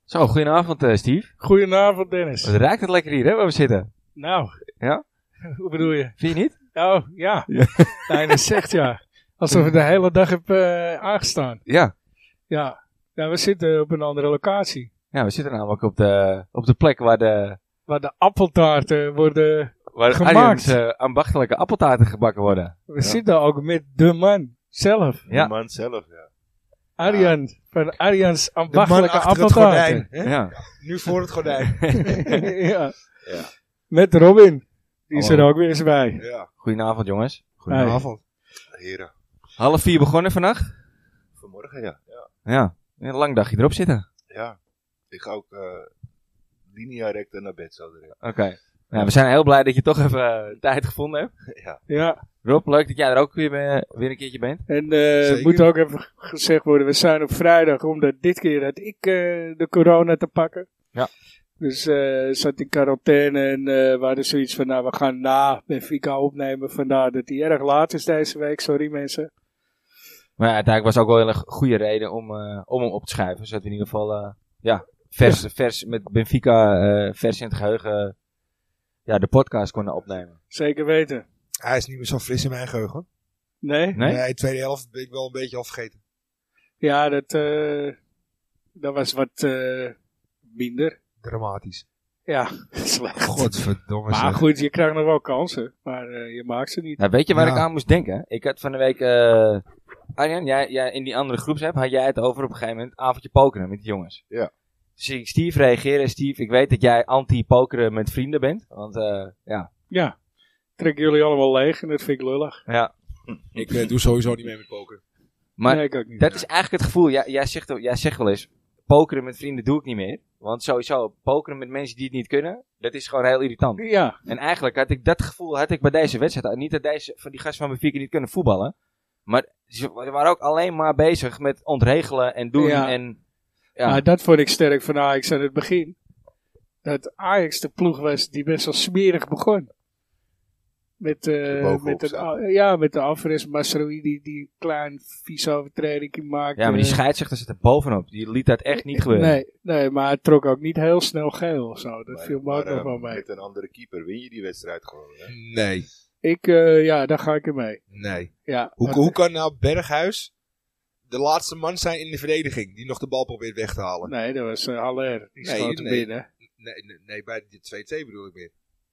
Zo, goedenavond Steve. Goedenavond Dennis. Wat ruikt het lekker hier, hè, waar we zitten? Nou, Ja? hoe bedoel je? Vind je niet? Oh, ja. Nee, dat zegt ja. Alsof ik de hele dag heb aangestaan. Ja. Ja, we zitten op een andere locatie. Ja, we zitten namelijk op de plek waar de Appeltaarten worden gemaakt. Arjans ambachtelijke appeltaarten gebakken worden. We zitten ook met de man zelf. Ja. De man zelf, ja. Arjan, van Arjans De man ambachtelijke achter het appeltaarten. gordijn. Hè? Ja. Nu voor het gordijn. Ja. Ja. Met Robin. Die is er Hallo. ook weer eens bij. Ja, Goedenavond, jongens. Goedenavond. heren. 3:30 begonnen vannacht? Vanmorgen, ja. Ja. Een lang dagje erop zitten. Ja. Ik ga ook linea recta naar bed zo direct. Oké. Nou, we zijn heel blij dat je toch even tijd gevonden hebt. Ja. Ja. Rob, leuk dat jij er ook weer een keertje bent. En Zeker. moet ook even gezegd worden, we zijn op vrijdag, omdat dit keer had ik de corona te pakken. Ja. Dus zat in quarantaine en we hadden zoiets van, nou we gaan na Benfica opnemen, vandaar dat hij erg laat is deze week, sorry mensen. Maar ja, uiteindelijk was ook wel een hele goede reden om hem op te schuiven. Zodat we in ieder geval vers met Benfica, vers in het geheugen, de podcast konden opnemen. Zeker weten. Hij is niet meer zo fris in mijn geheugen. Nee? Nee? Nee, tweede helft ben ik wel een beetje al vergeten. Ja, dat was wat minder. Dramatisch. Ja, slecht. Godverdomme. Maar zeg. goed, je krijgt nog wel kansen, maar je maakt ze niet. Nou, weet je waar Ja. ik aan moest denken? Ik had van de week... Arjan, jij in die andere groepsapp had jij het over op een gegeven moment avondje pokeren met die jongens. Ja. Zie ik Steve reageren. Steve, ik weet dat jij anti-pokeren met vrienden bent. Want ja. Ja, trekken jullie allemaal leeg en dat vind ik lullig. Ja. Ik doe sowieso niet mee met poker. Maar Nee, ik ook niet. dat is eigenlijk het gevoel. Jij zegt wel eens, pokeren met vrienden doe ik niet meer. Want sowieso, pokeren met mensen die het niet kunnen, dat is gewoon heel irritant. Ja, En eigenlijk had ik dat gevoel bij deze wedstrijd. Niet dat van die gasten van Benfica niet kunnen voetballen. Maar ze waren ook alleen maar bezig met ontregelen en doen. Ja. En, ja. maar dat vond ik sterk van Ajax aan het begin. Dat Ajax de ploeg was die best wel smerig begon. Met de Alvarez Masraoui die klein vieze overtreding maakte. Ja, maar die scheidsrechter zit er bovenop. Die liet dat echt niet gebeuren. Nee, maar het trok ook niet heel snel geel of zo. Dat viel me ook nog wel mee. Met een andere keeper win je die wedstrijd gewoon. Hè? Nee. Daar ga ik in mee. Nee. Ja, Hoe kan nou Berghuis de laatste man zijn in de verdediging die nog de bal probeert weg te halen? Nee, dat was Haller. Die Nee, schoot er nee. binnen. Nee, bij de 2-2 bedoel ik meer.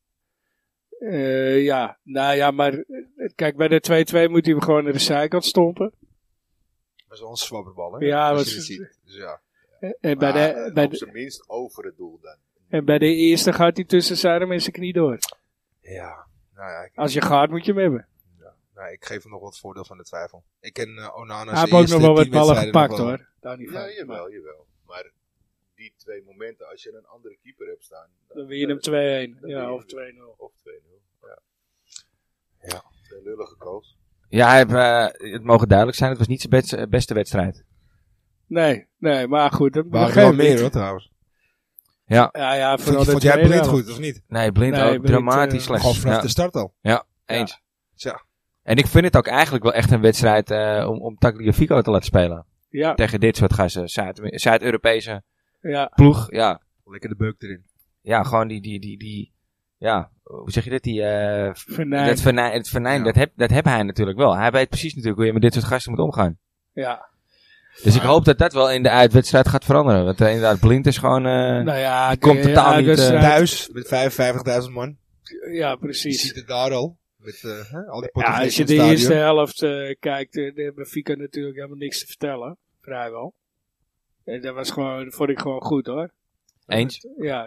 Maar kijk, bij de 2-2 moet hij hem gewoon naar de zijkant stompen. Dat is wel een zwabberbal, hè? Ja, Als wat- je het ziet. Dus ja. En Op zijn minst over het doel dan. bij de eerste gaat hij tussen zijn arm en zijn knie door. Ja. Nou ja, Als je gaat, moet je hem hebben. ik geef hem nog wat voordeel van de twijfel. Ik ken Onana. Hij heeft ook nog wel wat ballen gepakt hoor. Daar niet van. Ja, jawel. Maar die twee momenten, als je een andere keeper hebt staan. Dan win je hem 2-1. Ja, of 2-0. Of 2-0. Ja. Twee lullige goals. Ja, het mogen duidelijk zijn. Het was niet zijn beste wedstrijd. Nee, maar goed. Dat Maar begrijp wel ik meer niet. hoor, trouwens. Ja. Ja, vooral Vond de jij tweede Blind helft. goed, of niet? Nee, Blind Nee, ook Blind, dramatisch slecht. Gewoon vanaf Ja. de start al. Ja, eens. Tja. En ik vind het ook eigenlijk wel echt een wedstrijd om Tagliafico te laten spelen. Ja, Tegen dit soort gasten. Zuid-Europese ja. ploeg. Ja, Lekker de beuk erin. ja gewoon die ja, hoe zeg je dit? Venijn. Het venijn, Ja. dat heb hij natuurlijk wel. Hij weet precies natuurlijk hoe je met dit soort gasten moet omgaan. Ja. Dus ik hoop dat dat wel in de uitwedstrijd gaat veranderen. Want inderdaad, Blind is gewoon... Nou ja, die komt totaal niet, Thuis met 55.000 man. Ja, Je precies. ziet het daar al. Met al die Ja, Portugezen als je in de het eerste stadion. helft kijkt, de Benfica natuurlijk helemaal niks te vertellen. Vrijwel. En dat vond ik gewoon goed hoor. Eens. Ja,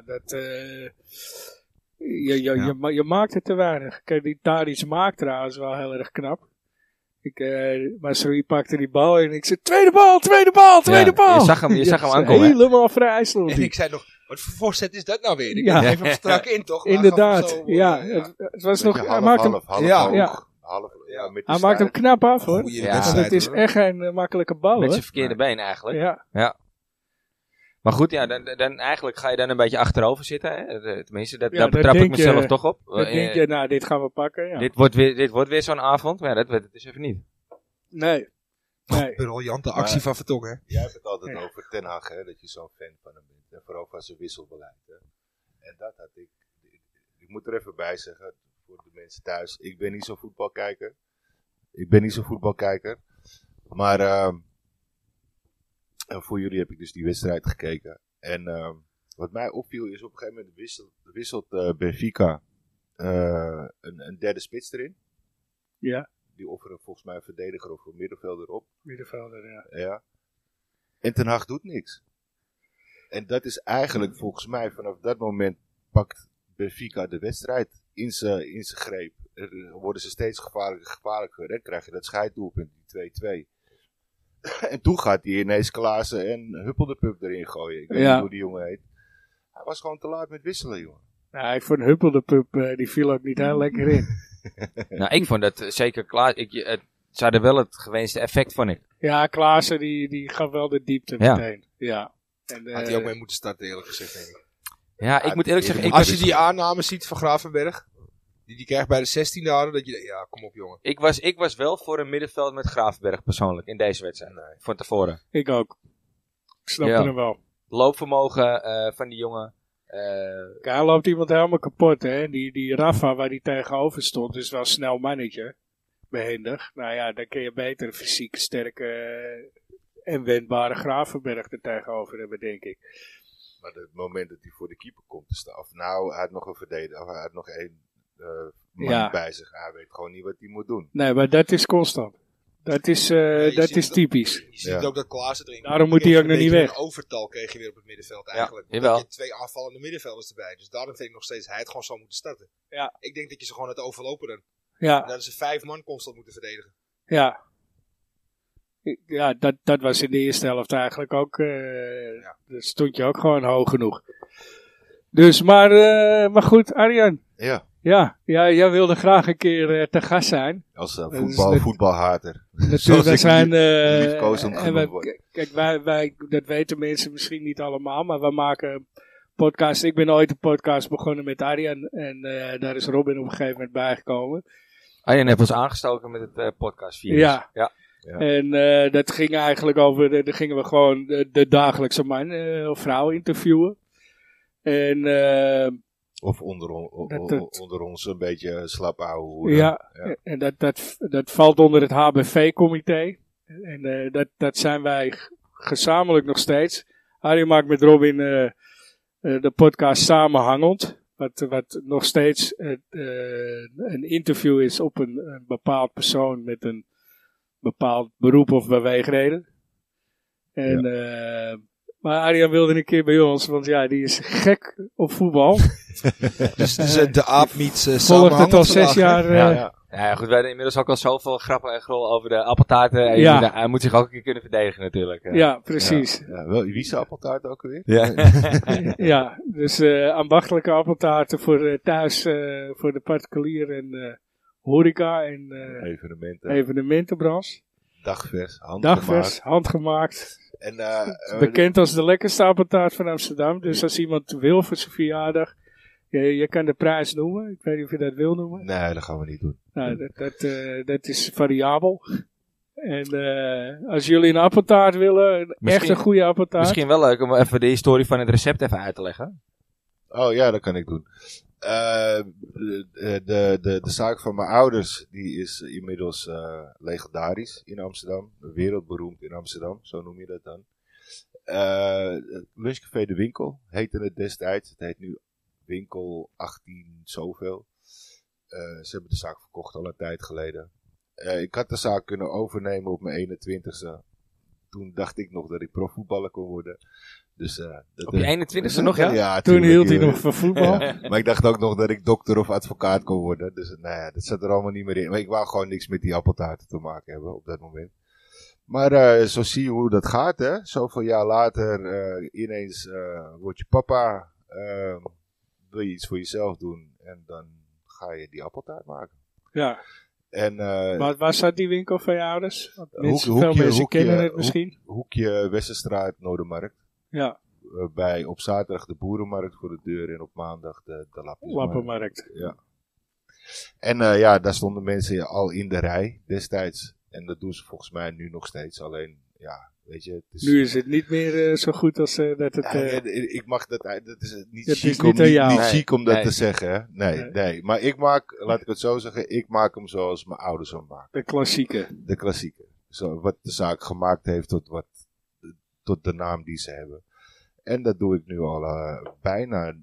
je maakt het te weinig. Kijk, die Tadic maakt trouwens wel heel erg knap. Masraoui pakte die bal en ik zei, tweede bal! Je zag hem aankomen. hè? Helemaal vrij stond En hij. ik zei nog, wat voor voorzet is dat nou weer? Ik Ja. geef hem strak in toch? Maar Inderdaad, gaf hem zo, ja. ja. Het was nog, Beetje hij maakt hem, half Ja. hoog. Ja. Ja, met hij maakt hem knap af hoor. Goeie Ja. Want wedstrijd, het is hoor. echt geen makkelijke bal Met hoor. zijn verkeerde been eigenlijk. Ja. Maar goed, ja, dan eigenlijk ga je dan een beetje achterover zitten. Hè? Tenminste, Ja, daar dat betrap ik denk je. mezelf toch op. Dan denk je, nou dit gaan we pakken. Ja. Dit wordt weer zo'n avond. Maar ja, dat werd het dus even niet. Nee. Briljante actie van Vertongen. Jij hebt het altijd Ja. over Ten Hag, hè, dat je zo'n fan van hem bent. En vooral van zijn wisselbeleid. Hè. En dat had ik. Ik moet er even bij zeggen, voor de mensen thuis. Ik ben niet zo'n voetbalkijker. Maar voor jullie heb ik dus die wedstrijd gekeken. En wat mij opviel is op een gegeven moment wisselt Benfica een derde spits erin. Ja. Die offeren volgens mij een verdediger of een middenvelder op. Middenvelder, Ja. En Ten Hag doet niks. En dat is eigenlijk volgens mij vanaf dat moment pakt Benfica de wedstrijd in zijn greep. Worden ze steeds gevaarlijker. Dan krijg je dat scheiddoelpunt, die 2-2. En toen gaat hij ineens Klaassen en Huppel de Pup erin gooien. Ik weet niet hoe die jongen heet. Hij was gewoon te laat met wisselen, jongen. Nou, ik vond Huppel de Pup, die viel ook niet heel lekker in. Nou, ik vond dat zeker klaar. Ze hadden wel het gewenste effect, vond ik. Ja, Klaassen die gaf wel de diepte meteen. Ja. En, Had hij ook mee moeten starten, eerlijk gezegd, denk ik. Ja, ik moet eerlijk zeggen... Als je die aanname ziet van Gravenberg, die krijgt bij de 16e hadden, dat je ja, kom op jongen. Ik was wel voor een middenveld met Gravenberg persoonlijk, in deze wedstrijd. Nee. Van tevoren. Ik ook. Ik snapte hem wel. Loopvermogen van die jongen. Hij loopt iemand helemaal kapot, hè. Die Rafa waar die tegenover stond, is wel een snel mannetje. Behendig. Nou ja, dan kun je beter een fysiek sterke en wendbare Gravenberg er tegenover hebben, denk ik. Maar het moment dat hij voor de keeper komt te staan. Of nou, hij had nog een verdediger. Hij had nog één man bij zich. Hij weet gewoon niet wat hij moet doen. Nee, maar dat is constant. Dat is typisch. Je ziet ook dat Klaassen erin. Daarom moet hij ook nog niet weg. Een overtal kreeg je weer op het middenveld eigenlijk. Ja, omdat je 2 aanvallende middenvelders erbij. Dus daarom vind ik nog steeds, hij had gewoon zo moeten starten. Ja. Ik denk dat je ze gewoon het overlopen dan. Ja. En dat ze 5 man constant moeten verdedigen. Ja. Ja, dat was in de eerste helft eigenlijk ook. Dat stond je ook gewoon hoog genoeg. Dus, maar goed, Arjan. Ja. Ja, jij wilde graag een keer te gast zijn. Als voetbalhater. Natuurlijk, we zijn... liefkozend genoemd wordt. Kijk, wij, dat weten mensen misschien niet allemaal, maar we maken podcast. Ik ben ooit een podcast begonnen met Arjan en daar is Robin op een gegeven moment bijgekomen. Arjan heeft ons aangestoken met het podcastvirus. Ja. Ja. En dat ging eigenlijk over, dan gingen we gewoon de dagelijkse man of vrouw interviewen. En... Of onder ons een beetje slap ouwe hoeren. Ja, en dat valt onder het HBV-comité. En dat zijn wij gezamenlijk nog steeds. Harry maakt met Robin de podcast Samenhangend. Wat nog steeds een interview is op een bepaald persoon met een bepaald beroep of beweegreden. En... Maar Arjan wilde een keer bij ons, want ja, die is gek op voetbal. Dus de aap meets volgt het al 6 jaar. Ja, goed, wij hebben inmiddels ook al zoveel grappen en grol over de appeltaarten. Hij moet zich ook een keer kunnen verdedigen natuurlijk. Ja, precies. Ja, wie is de appeltaart ook alweer? Ja, ja, dus ambachtelijke appeltaarten voor thuis, voor de particulier en horeca en evenementenbranche. Dagvers, handgemaakt. En, bekend als de lekkerste appeltaart van Amsterdam. Dus als iemand wil voor zijn verjaardag, je kan de prijs noemen. Ik weet niet of je dat wil noemen. Nee, dat gaan we niet doen. Nou, dat is variabel. En als jullie een appeltaart willen, echt een goede appeltaart. Misschien wel leuk om even de historie van het recept even uit te leggen. Oh ja, dat kan ik doen. De zaak van mijn ouders, die is inmiddels legendarisch in Amsterdam. Wereldberoemd in Amsterdam, zo noem je dat dan. Lunchcafé De Winkel heette het destijds. Het heet nu Winkel 18 zoveel. Ze hebben de zaak verkocht al een tijd geleden. Ik had de zaak kunnen overnemen op mijn 21ste. Toen dacht ik nog dat ik profvoetballer kon worden. Dus, op je 21ste nog, ja? Ja, toen hield hij nog van voetbal. Ja, maar ik dacht ook nog dat ik dokter of advocaat kon worden. Dus dat zat er allemaal niet meer in. Maar ik wou gewoon niks met die appeltaarten te maken hebben op dat moment. Maar zo zie je hoe dat gaat, hè. Zoveel jaar later ineens word je papa. Wil je iets voor jezelf doen. En dan ga je die appeltaart maken. Ja. En, waar zat die winkel van je ouders? Veel mensen kennen het misschien. Hoekje Westerstraat, Noordermarkt. Ja. Op zaterdag de boerenmarkt voor de deur en op maandag de lappenmarkt. Ja. En daar stonden mensen al in de rij destijds. En dat doen ze volgens mij nu nog steeds. Alleen ja, weet je. Het is, Nu is het niet meer zo goed als dat het... ik mag dat is niet het chic is om, niet aan jou. niet chic om dat Nee. te zeggen. Hè? Nee. Maar ik maak, laat ik het zo zeggen, ik maak hem zoals mijn ouders hem maken. De klassieke. De klassieke. Zo, wat de zaak gemaakt heeft tot de naam die ze hebben. En dat doe ik nu al bijna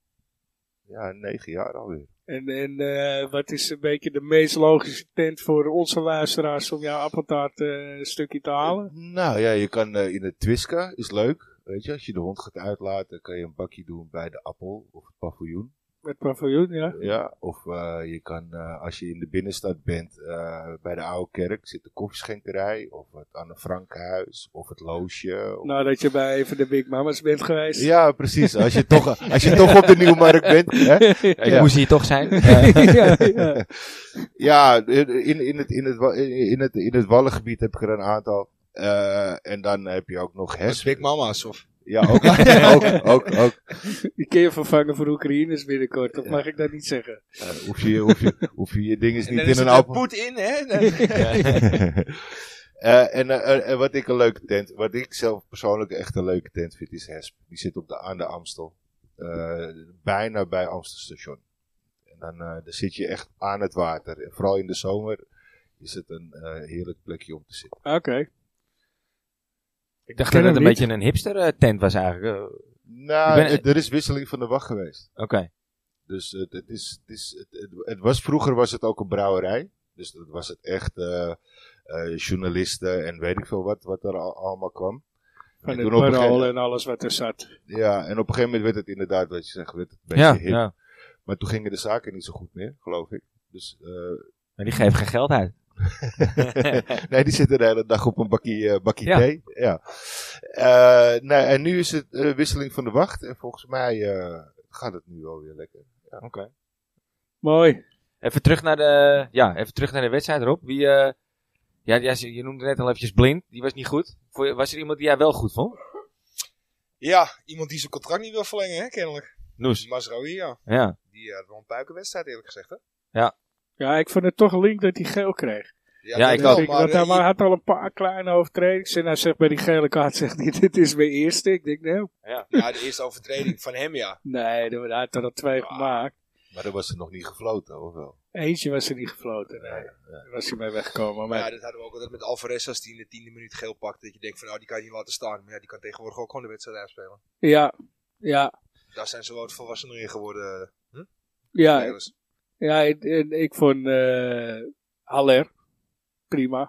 9 jaar alweer. En wat is een beetje de meest logische tent voor onze luisteraars om jouw appeltaart een stukje te halen? Nou ja, je kan in het Twiska, is leuk. Weet je, als je de hond gaat uitlaten, kan je een bakje doen bij de Appel of het paviljoen. Met paviljoen, ja. Ja, of je kan, als je in de binnenstad bent, bij de Oude Kerk zit de koffieschenkerij, of het Anne Frankhuis, of het Loosje. Of... Nadat je bij even de Big Mamas bent geweest. Ja, precies. Als je toch op de Nieuwmarkt bent. Hè? Ik moest hier toch zijn. ja. Ja, in het Wallengebied heb ik er een aantal. En dan heb je ook nog Dat Hesp. is Big Mama's, of? Ja, ook. Die kun je vervangen voor Oekraïners binnenkort, of mag ik dat niet zeggen? Hoef je dinges En niet dan in is een het appel. Poetin, hè? En wat ik een leuke tent, wat ik zelf persoonlijk echt een leuke tent vind, is Hesp. Die zit aan de Amstel. Bijna bij Amstelstation. En dan zit je echt aan het water. En vooral in de zomer is het een heerlijk plekje om te zitten. Oké. Ik dacht Ken dat het hem een niet. beetje een hipster tent was eigenlijk. Nou, Ik ben- er is wisseling van de wacht geweest. Oké. Dus vroeger was het ook een brouwerij. Dus dat was het echt journalisten en weet ik veel wat er allemaal kwam. Van En het toen op een parool gegeven- en alles wat er zat. Ja, en op een gegeven moment werd het inderdaad, wat je zegt, werd het een beetje Ja, hip. ja. Maar toen gingen de zaken niet zo goed meer, geloof ik. Dus, Maar die geven geen geld uit. nee, die zitten de hele dag op een bakje Ja. thee. Ja. Nee, en nu is het wisseling van de wacht. En volgens mij gaat het nu wel weer lekker. Oké. Mooi. Even terug naar de wedstrijd, Rob. Je noemde net al eventjes Blind. Die was niet goed. Was er iemand die jij wel goed vond? Ja, iemand die zijn contract niet wil verlengen, hè, kennelijk. Noes. Masraoui, ja. Ja. Die had wel een puikenwedstrijd, eerlijk gezegd, hè. Ja, ik vond het toch link dat hij geel kreeg. Ja, dat ik wel, ook. Want hij had al een paar kleine overtredingen. En hij zegt bij die gele kaart, zegt hij, dit is mijn eerste. Ik denk, nou, ja, de eerste overtreding van hem, ja. nee, hij had er al 2 gemaakt. Maar dat was er nog niet gefloten, of wel? Eentje was er niet gefloten. Nee, daar was hij mee weggekomen. Maar Maar ja, dat hadden we ook altijd met Alvarez als die in de 10e minuut geel pakt. Dat je denkt van, nou, die kan je niet laten staan. Maar ja, die kan tegenwoordig ook gewoon de wedstrijd uitspelen. ja. Daar zijn ze wat volwassener in geworden. Ja, spelers. ja ik vond Haller prima.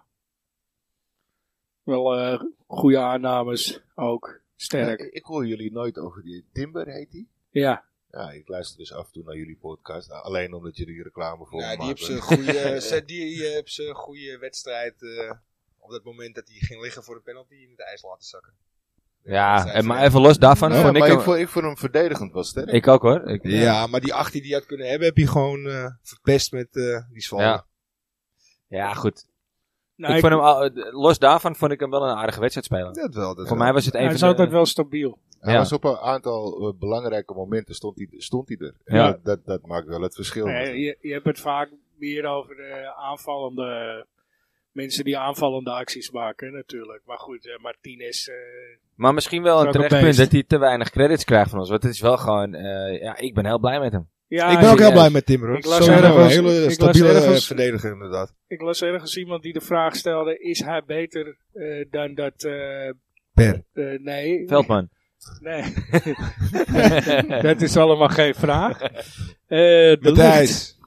Wel goede aannames ook. Sterk. Ja, ik hoor jullie nooit over die Timber, heet die? Ja. Ja, ik luister dus af en toe naar jullie podcast. Alleen omdat jullie reclame voor Ja, me die hebben maken. ze een goede wedstrijd op dat moment dat hij ging liggen voor een penalty in het ijs laten zakken. Ja, maar even los daarvan Ja, vond maar ik hem... ik vond hem verdedigend wel sterk. Ik ook hoor. Ja, maar die 18 die je had kunnen hebben, heb je gewoon verpest met die Zwolle. Ja. Ja, goed. Nou, Ik vond hem, los daarvan vond ik hem wel een aardige wedstrijd spelen. Dat wel. Dat Voor wel. mij was het hij even... is altijd wel stabiel. Hij Ja. was op een aantal belangrijke momenten stond hij er. En Ja. dat maakt wel het verschil. Je hebt het vaak meer over de aanvallende mensen die aanvallende acties maken natuurlijk. Maar goed, Martinez... Maar misschien wel Is een ook terecht een punt beest. dat hij te weinig credits krijgt van ons. Want het is wel gewoon... ik ben heel blij met hem. Ja, Ik ben ook heel serieus. blij met Timber, hoor. Ik las Sowieso ergens- een hele ik las stabiele ergens- verdediger, inderdaad. Ik las ergens iemand die de vraag stelde, is hij beter dan dat... Per. nee. Veldman. Nee. Dat is allemaal geen vraag. De Ligt. Matthijs.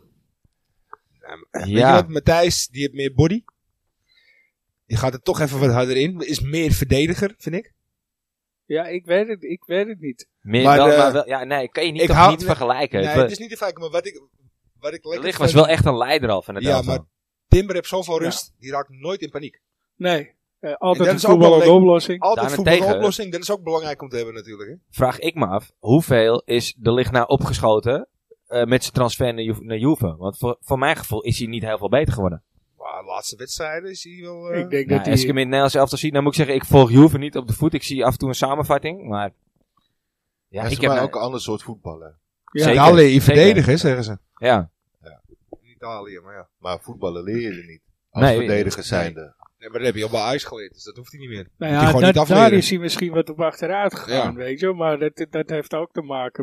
Weet je Ja. wat? Matthijs, die heeft meer body. Die gaat er toch even wat harder in. Is meer verdediger, vind ik. Ja, ik weet het niet. Meer Maar, maar wel... Ja, nee, kan je niet, ik toch hou- niet vergelijken. Nee, Het het is niet te vergelijken, maar wat ik de lekker Ligt was vind- wel echt een leider al van het Ja, elftal. maar Timber heeft zoveel rust. Die raakt nooit in paniek. Nee. En Altijd dat een is ook wel voetballende leuk. oplossing. Altijd Daarentegen- voetbaloplossing. Dat is ook belangrijk om te hebben natuurlijk. Hè? Vraag ik me af, hoeveel is de Ligt nou opgeschoten met zijn transfer naar Juve? Want voor mijn gevoel is hij niet heel veel beter geworden. Maar de laatste wedstrijden is hij wel... Ik denk Ja, dat als ik hem in het Nederlands elftal zie, dan moet ik zeggen, ik volg Juve niet op de voet. Ik zie af en toe een samenvatting, maar... Ja, Hij is ik heb... maar ook een ander soort voetballen. Ja. Zeker. Italië, zeker. verdedigen, zeggen ze. Ja. In Italië, maar ja. Maar voetballen leer je er niet. Als Nee, verdediger zijnde. Nee, maar dat heb je al bij Ajax geleerd, dus dat hoeft hij niet meer. Nou Moet hij gewoon ja, niet afleren. daar is hij misschien wat op achteruit gegaan, Ja. weet je. Maar dat heeft ook te maken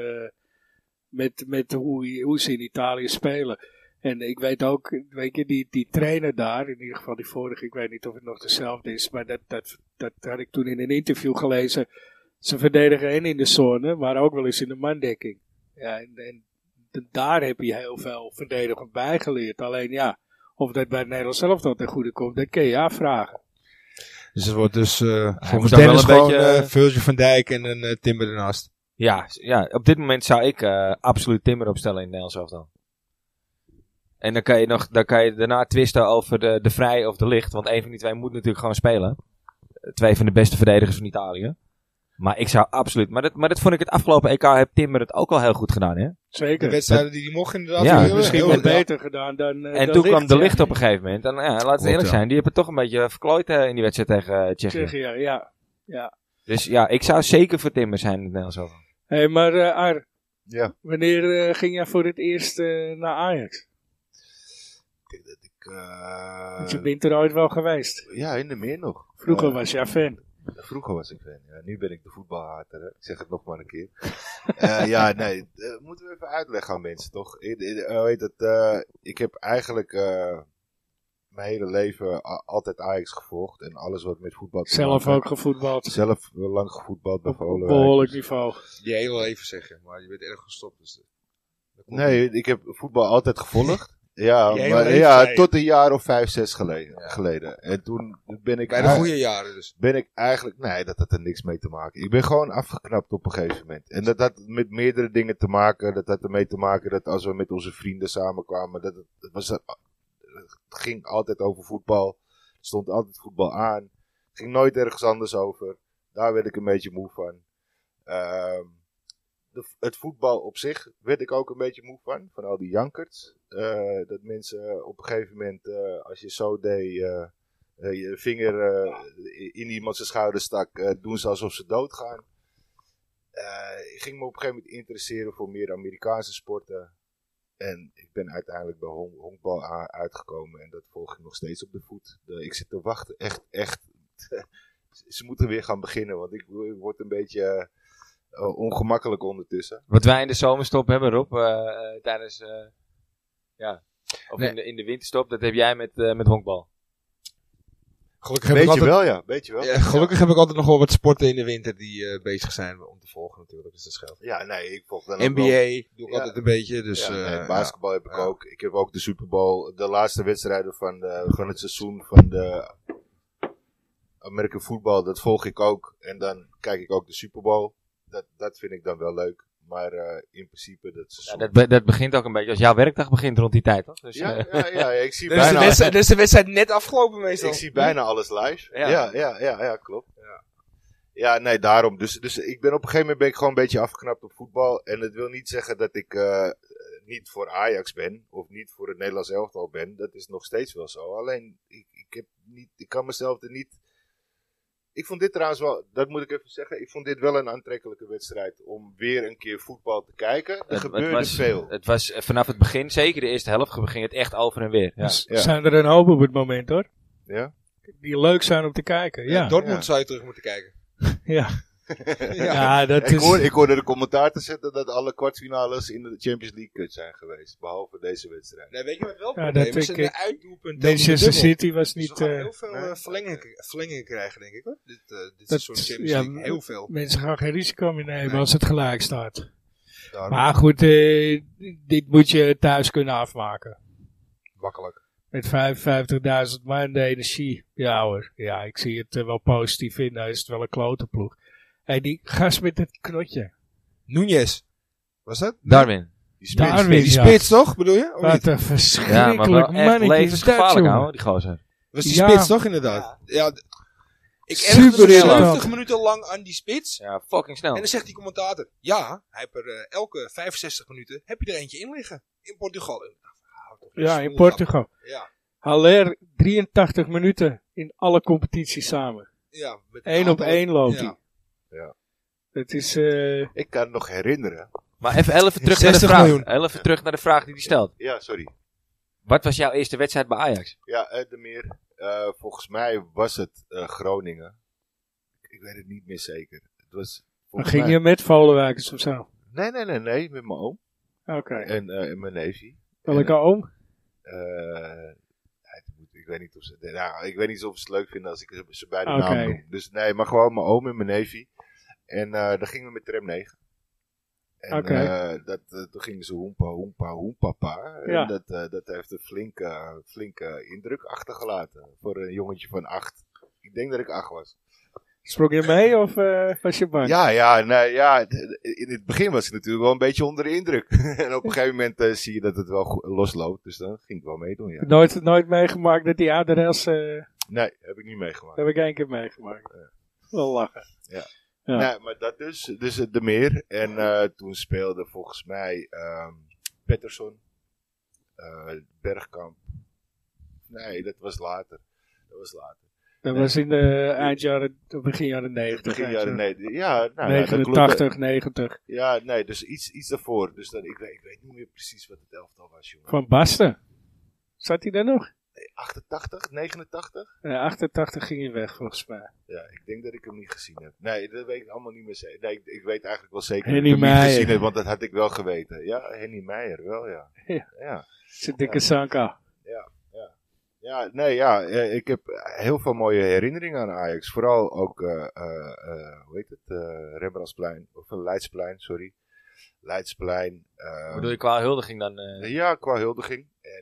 met hoe ze in Italië spelen. En ik weet ook, weet je, die trainer daar, in ieder geval die vorige, ik weet niet of het nog dezelfde is, maar dat had ik toen in een interview gelezen. Ze verdedigen en in de zone, maar ook wel eens in de mandekking. Ja, en daar heb je heel veel verdedigend bijgeleerd. Alleen ja, of dat bij het Nederlands zelf ten goede komt, dat kun je afvragen. Dus het wordt dus volgens moet dan Dennis wel een gewoon beetje, Virgil van Dijk en een Timber ernaast. Ja, op dit moment zou ik absoluut Timber opstellen in het Nederlands elftal. En dan kan je daarna twisten over de Vrij of de Licht. Want een van die twee moet natuurlijk gewoon spelen. 2 van de beste verdedigers van Italië. Maar ik zou absoluut... Maar dat vond ik het afgelopen EK heb Timber het ook al heel goed gedaan, hè? De Zeker. wedstrijden die hij mocht inderdaad. Ja, heel- Misschien heel- wat beter gedaan dan En toen kwam de ja. Licht op een gegeven moment. En ja, laten we eerlijk ja. zijn, die hebben het toch een beetje verklooid in die wedstrijd tegen Tsjechië. Tsjechië, ja. Dus ja, ik zou zeker voor Timber zijn in het Nederlands elftal. Hé, maar Ar, Ja. wanneer ging jij voor het eerst naar Ajax? Ik denk dat ik... Want je bent er ooit wel geweest. ja, in de meer nog. Vroeger was jij fan. Vroeger was ik fan, ja. Nu ben ik de voetbalhater, hè. Ik zeg het nog maar een keer. Ja, nee, moeten we even uitleggen aan mensen, toch? Ik heb eigenlijk mijn hele leven altijd Ajax gevolgd. En alles wat met voetbal te Zelf maken ook gevoetbald. Zelf lang gevoetbald bij Op Volendam. behoorlijk niveau. Je hele leven zeggen, maar je bent erg gestopt. Dus dat komt Nee, ik heb voetbal altijd gevolgd. Ja, Je hele maar leven, ja, zei je. tot een jaar of 5, 6 geleden. En toen ben ik... bij de goede jaren dus. ben ik eigenlijk... Nee, dat had er niks mee te maken. Ik ben gewoon afgeknapt op een gegeven moment. En dat had met meerdere dingen te maken. Dat had ermee te maken dat als we met onze vrienden samenkwamen... Het ging altijd over voetbal. Er stond altijd voetbal aan. Het ging nooit ergens anders over. Daar werd ik een beetje moe van. Het voetbal op zich werd ik ook een beetje moe van. Van al die jankers. Dat mensen op een gegeven moment, als je zo deed, je vinger in iemand zijn schouder stak, doen ze alsof ze doodgaan. Ik ging me op een gegeven moment interesseren voor meer Amerikaanse sporten. En ik ben uiteindelijk bij honkbal uitgekomen. En dat volg ik nog steeds op de voet. Ik zit te wachten. Echt. Ze moeten weer gaan beginnen. Want ik word een beetje ongemakkelijk ondertussen. Wat wij in de zomerstop hebben, Rob, tijdens... Of Nee. in de winterstop, dat heb jij met honkbal. Gelukkig heb ik Beetje altijd, wel, ja. Beetje wel. ja, gelukkig heb ik altijd nog wel wat sporten in de winter die bezig zijn om te volgen natuurlijk. Dus dat scheelt. Ja, nee, ik volg dan ook wel. NBA doe ik Ja. altijd een beetje. Dus, Ja, nee, basketbal heb ik ja. ook. Ik heb ook de Super Bowl. De laatste wedstrijden van het seizoen van de American Football, dat volg ik ook. En dan kijk ik ook de Super Bowl. Dat vind ik dan wel leuk. Maar in principe dat Ja, seizoen... dat begint ook een beetje, als jouw werkdag begint rond die tijd, toch? Dus, Ja, ik zie Dan is, bijna... de wedstrijd net afgelopen meestal. Ik zie bijna alles live. Ja. Ja, klopt. Ja, nee, daarom. Dus ik ben op een gegeven moment ben ik gewoon een beetje afgeknapt op voetbal. En het wil niet zeggen dat ik niet voor Ajax ben. Of niet voor het Nederlands elftal ben. Dat is nog steeds wel zo. Alleen, ik kan mezelf er niet... Ik vond dit trouwens wel, dat moet ik even zeggen. Ik vond dit wel een aantrekkelijke wedstrijd om weer een keer voetbal te kijken. Er gebeurde veel. Het was vanaf het begin, zeker de eerste helft, ging het echt over en weer. Ja. Dus Ja. zijn er een hoop op het moment hoor. Ja? Die leuk zijn om te kijken. Ja, Dortmund Ja. zou je terug moeten kijken. ja. Ja. Ja, dat is... Ik hoorde de commentaar zetten dat alle kwartfinales in de Champions League kut zijn geweest. Behalve deze wedstrijd. Nee, weet je wat wel het Ja, probleem dat is? ik- De uitdoelpunt. Manchester City was Dus niet... we gaan heel veel nee. verlengingen krijgen, denk ik hoor. Dit Dat- seizoen Champions ja, League. Heel veel. Mensen gaan geen risico meer nemen Nee. als het gelijk staat. Daarom. Maar goed, dit moet je thuis kunnen afmaken. Makkelijk. Met 55.000 man de energie. Ja hoor, ja, ik zie het wel positief in. Hij is het wel een klote ploeg. Hey, die gast met het knotje. Núñez. Was dat? Darwin. Die spits. Darwin. Die Ja. spits toch, bedoel je? Of Wat niet? een Ja, maar verschrikkelijk wel echt mannetje is dat, levensgevaarlijk, jongen. hoor, die gozer. Was die Ja. spits toch, inderdaad? Ja. Ik Super ergerde me irritant. 70 minuten lang aan die spits. Ja, fucking snel. En dan zegt die commentator, ja, hij heeft er elke 65 minuten, heb je er eentje in liggen. In Portugal. En ik dacht, hou toch Ja, eens in op. Portugal. Ja, Haller 83 minuten in alle competities samen. ja. Met 1 op 1 loopt Ja. hij. Ja. Het is... Ik kan het nog herinneren. Maar even terug naar de 60 vraag. miljoen. Even terug naar de vraag die hij stelt. Ja, sorry. Wat was jouw eerste wedstrijd bij Ajax? Ja, de meer. volgens mij was het Groningen. Ik weet het niet meer zeker. Het was, Ging je met Volenwijkers of zo? Nee, met mijn oom. Oké. En mijn neefje. Welke oom? Ik weet niet of ze het leuk vinden als ik ze bij de naam noem. Dus nee, maar gewoon mijn oom en mijn neefje. En dan gingen we met tram 9. En toen gingen ze hoempapa. Ja. En dat heeft een flinke indruk achtergelaten. Voor een jongetje van 8. Ik denk dat ik 8 was. Sprong je mee of was je bang? In het begin was ik natuurlijk wel een beetje onder de indruk. En op een gegeven moment zie je dat het wel losloopt. Dus dan ging ik wel meedoen, ja. Nooit meegemaakt dat die ADR's... Nee, heb ik niet meegemaakt. Dat heb ik 1 keer meegemaakt. Wel lachen. Ja. Ja. Nee, maar dat dus de meer. En toen speelde volgens mij Pettersson, Bergkamp. Nee, dat was later. Dat was in de begin jaren 90. Begin jaren 90. Ja, 89, 90. Ja, nee, dus iets daarvoor. Dus ik weet niet meer precies wat het elftal was, jongen. Van Basten. Zat hij daar nog? Nee, 88, 89? 88 ging hij weg, volgens mij. Ja, ik denk dat ik hem niet gezien heb. Nee, dat weet ik allemaal niet meer zeker. Nee, ik weet eigenlijk wel zeker Henny dat ik hem Meijer. niet gezien heb, want dat had ik wel geweten. Ja, Henny Meijer, wel ja. Ja. Zijn dikke Sanka. Ik heb heel veel mooie herinneringen aan Ajax. Vooral ook, Rembrandtsplein, of Leidsplein, sorry. Leidsplein. Bedoel je qua huldiging dan? Ja, qua huldiging.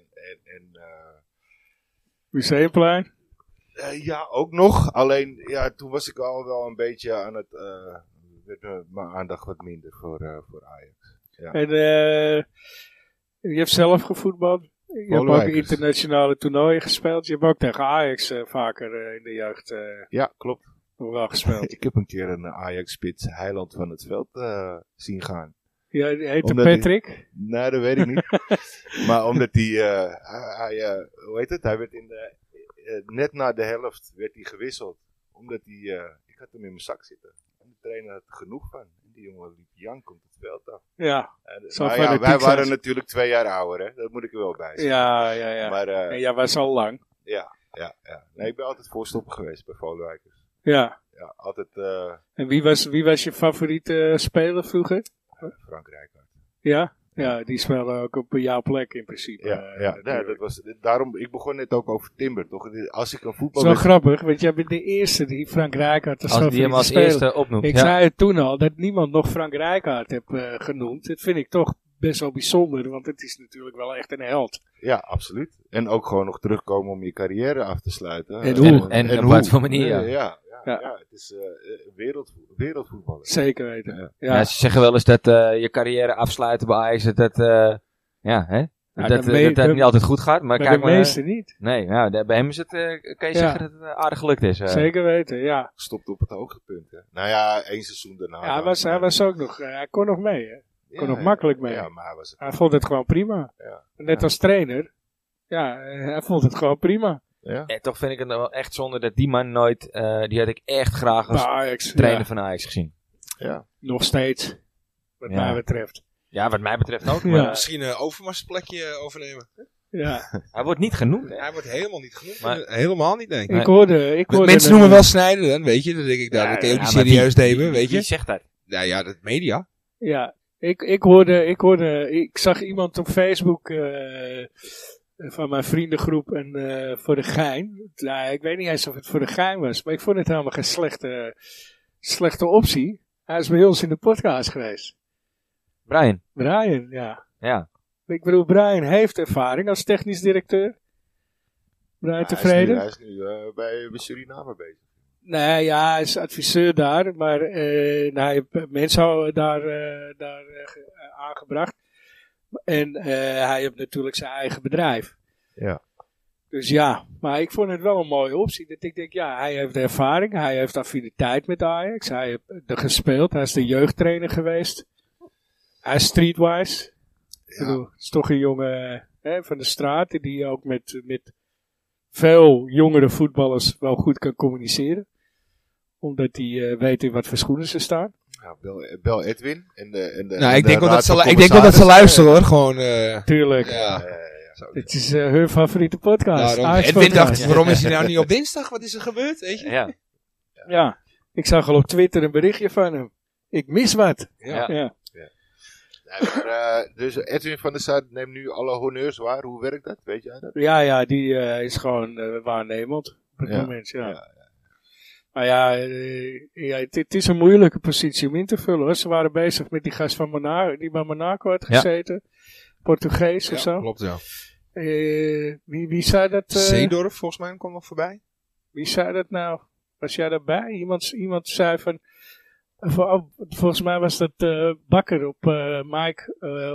Museumplein. Ja, ook nog. Alleen, ja, toen was ik al wel een beetje aan het... werd mijn aandacht wat minder voor Ajax. Ja. En je hebt zelf gevoetbald. Je hebt ook internationale toernooien gespeeld. Je hebt ook tegen Ajax vaker in de jeugd ja, klopt. nog wel gespeeld. Ik heb een keer een Ajax-spits Heiland van het veld zien gaan. Ja, heet Patrick? Nee, dat weet ik niet. Maar omdat hij werd net na de helft werd hij gewisseld. Omdat ik had hem in mijn zak zitten. En de trainer had er genoeg van. En die jongen liep jankend het veld af. Ja. Wij waren natuurlijk 2 jaar ouder, hè. Dat moet ik er wel bij zeggen. Ja. Maar, en jij was al lang. Ja. Nee, ik ben altijd voorstopper geweest bij Volenwijkers. Ja. Ja, altijd... En wie was je favoriete speler vroeger? Frank Rijkaard. Ja? Ja, die speelde ook op jouw plek in principe. Dat was, daarom, ik begon net ook over Timber, toch? Als ik een voetbal... Zo grappig, want jij bent de eerste die Frank Rijkaard als die hem als eerste opnoemt. Ik zei het toen al, dat niemand nog Frank Rijkaard heeft genoemd. Dat vind ik toch best wel bijzonder, want het is natuurlijk wel echt een held. Ja, absoluut. En ook gewoon nog terugkomen om je carrière af te sluiten. En hoe? En op wat voor manier, ja, het is wereldvoetballer. Zeker weten. Ja, ze zeggen wel eens dat je carrière afsluiten bij Ajax, dat niet altijd goed gaat. Maar bij kijk de meeste niet. Nee, bij hem is het, kan je zeggen dat het aardig gelukt is. Zeker weten, ja. Stopt op het hoogtepunt, hè. Nou ja, 1 seizoen daarna. Ja, hij was ook nog, hij kon nog mee, hè. Kon nog makkelijk mee. Ja, maar hij vond het gewoon prima. Ja. Net als trainer. Ja, hij vond het gewoon prima. Ja. En toch vind ik het wel echt zonde dat die man nooit... die had ik echt graag als Ajax, trainer van Ajax gezien. Ja. Nog steeds. Wat mij betreft. Ja, wat mij betreft ook. Maar misschien een Overmars plekje overnemen. Ja. Hij wordt niet genoemd. Hij wordt helemaal niet genoemd. Maar, helemaal niet, denk ik. Ik hoorde mensen noemen wel Snijder dan, weet je. Dan denk ik, dat kan je ook niet serieus nemen, weet je. Wie zegt dat? Nou ja, dat media. Ja, ik zag iemand op Facebook van mijn vriendengroep en voor de gein. Nou, ik weet niet eens of het voor de gein was, maar ik vond het helemaal geen slechte optie. Hij is bij ons in de podcast geweest. Brian, ja. Ik bedoel, Brian heeft ervaring als technisch directeur. Brian tevreden? Hij is nu bij Suriname bezig. Nee, ja, hij is adviseur daar, maar hij heeft mensen daar aangebracht. En hij heeft natuurlijk zijn eigen bedrijf. Ja. Dus ja, maar ik vond het wel een mooie optie. Dat ik denk, ja, hij heeft ervaring, hij heeft affiniteit met Ajax, hij heeft er gespeeld, hij is de jeugdtrainer geweest. Hij is streetwise. Ja. Ik bedoel, het is toch een jongen van de straat die ook met veel jongere voetballers wel goed kan communiceren. Omdat hij weet in wat voor schoenen ze staan. Ja, bel Edwin. Ik denk wel dat ze luisteren hoor. Gewoon, Tuurlijk. Ja. Dit is hun favoriete podcast. Daarom. Edwin dacht, waarom is hij nou niet op dinsdag? Wat is er gebeurd? Weet je? Ja. Ja, ik zag al op Twitter een berichtje van hem. Ik mis wat. Ja. Ja. Nee, maar, dus Edwin van der Sar neemt nu alle honneurs waar. Hoe werkt dat? Weet jij dat? Ja, die is gewoon waarnemend op het moment. Ja. Maar ja, het is een moeilijke positie om in te vullen. Hoor. Ze waren bezig met die gast van Monaco, die bij Monaco had gezeten. Portugees of zo. Klopt, ja. Wie zei dat? Seedorf, volgens mij, kwam nog voorbij. Wie zei dat nou? Was jij daarbij? Iemand zei van... volgens mij was dat Bakker op Mike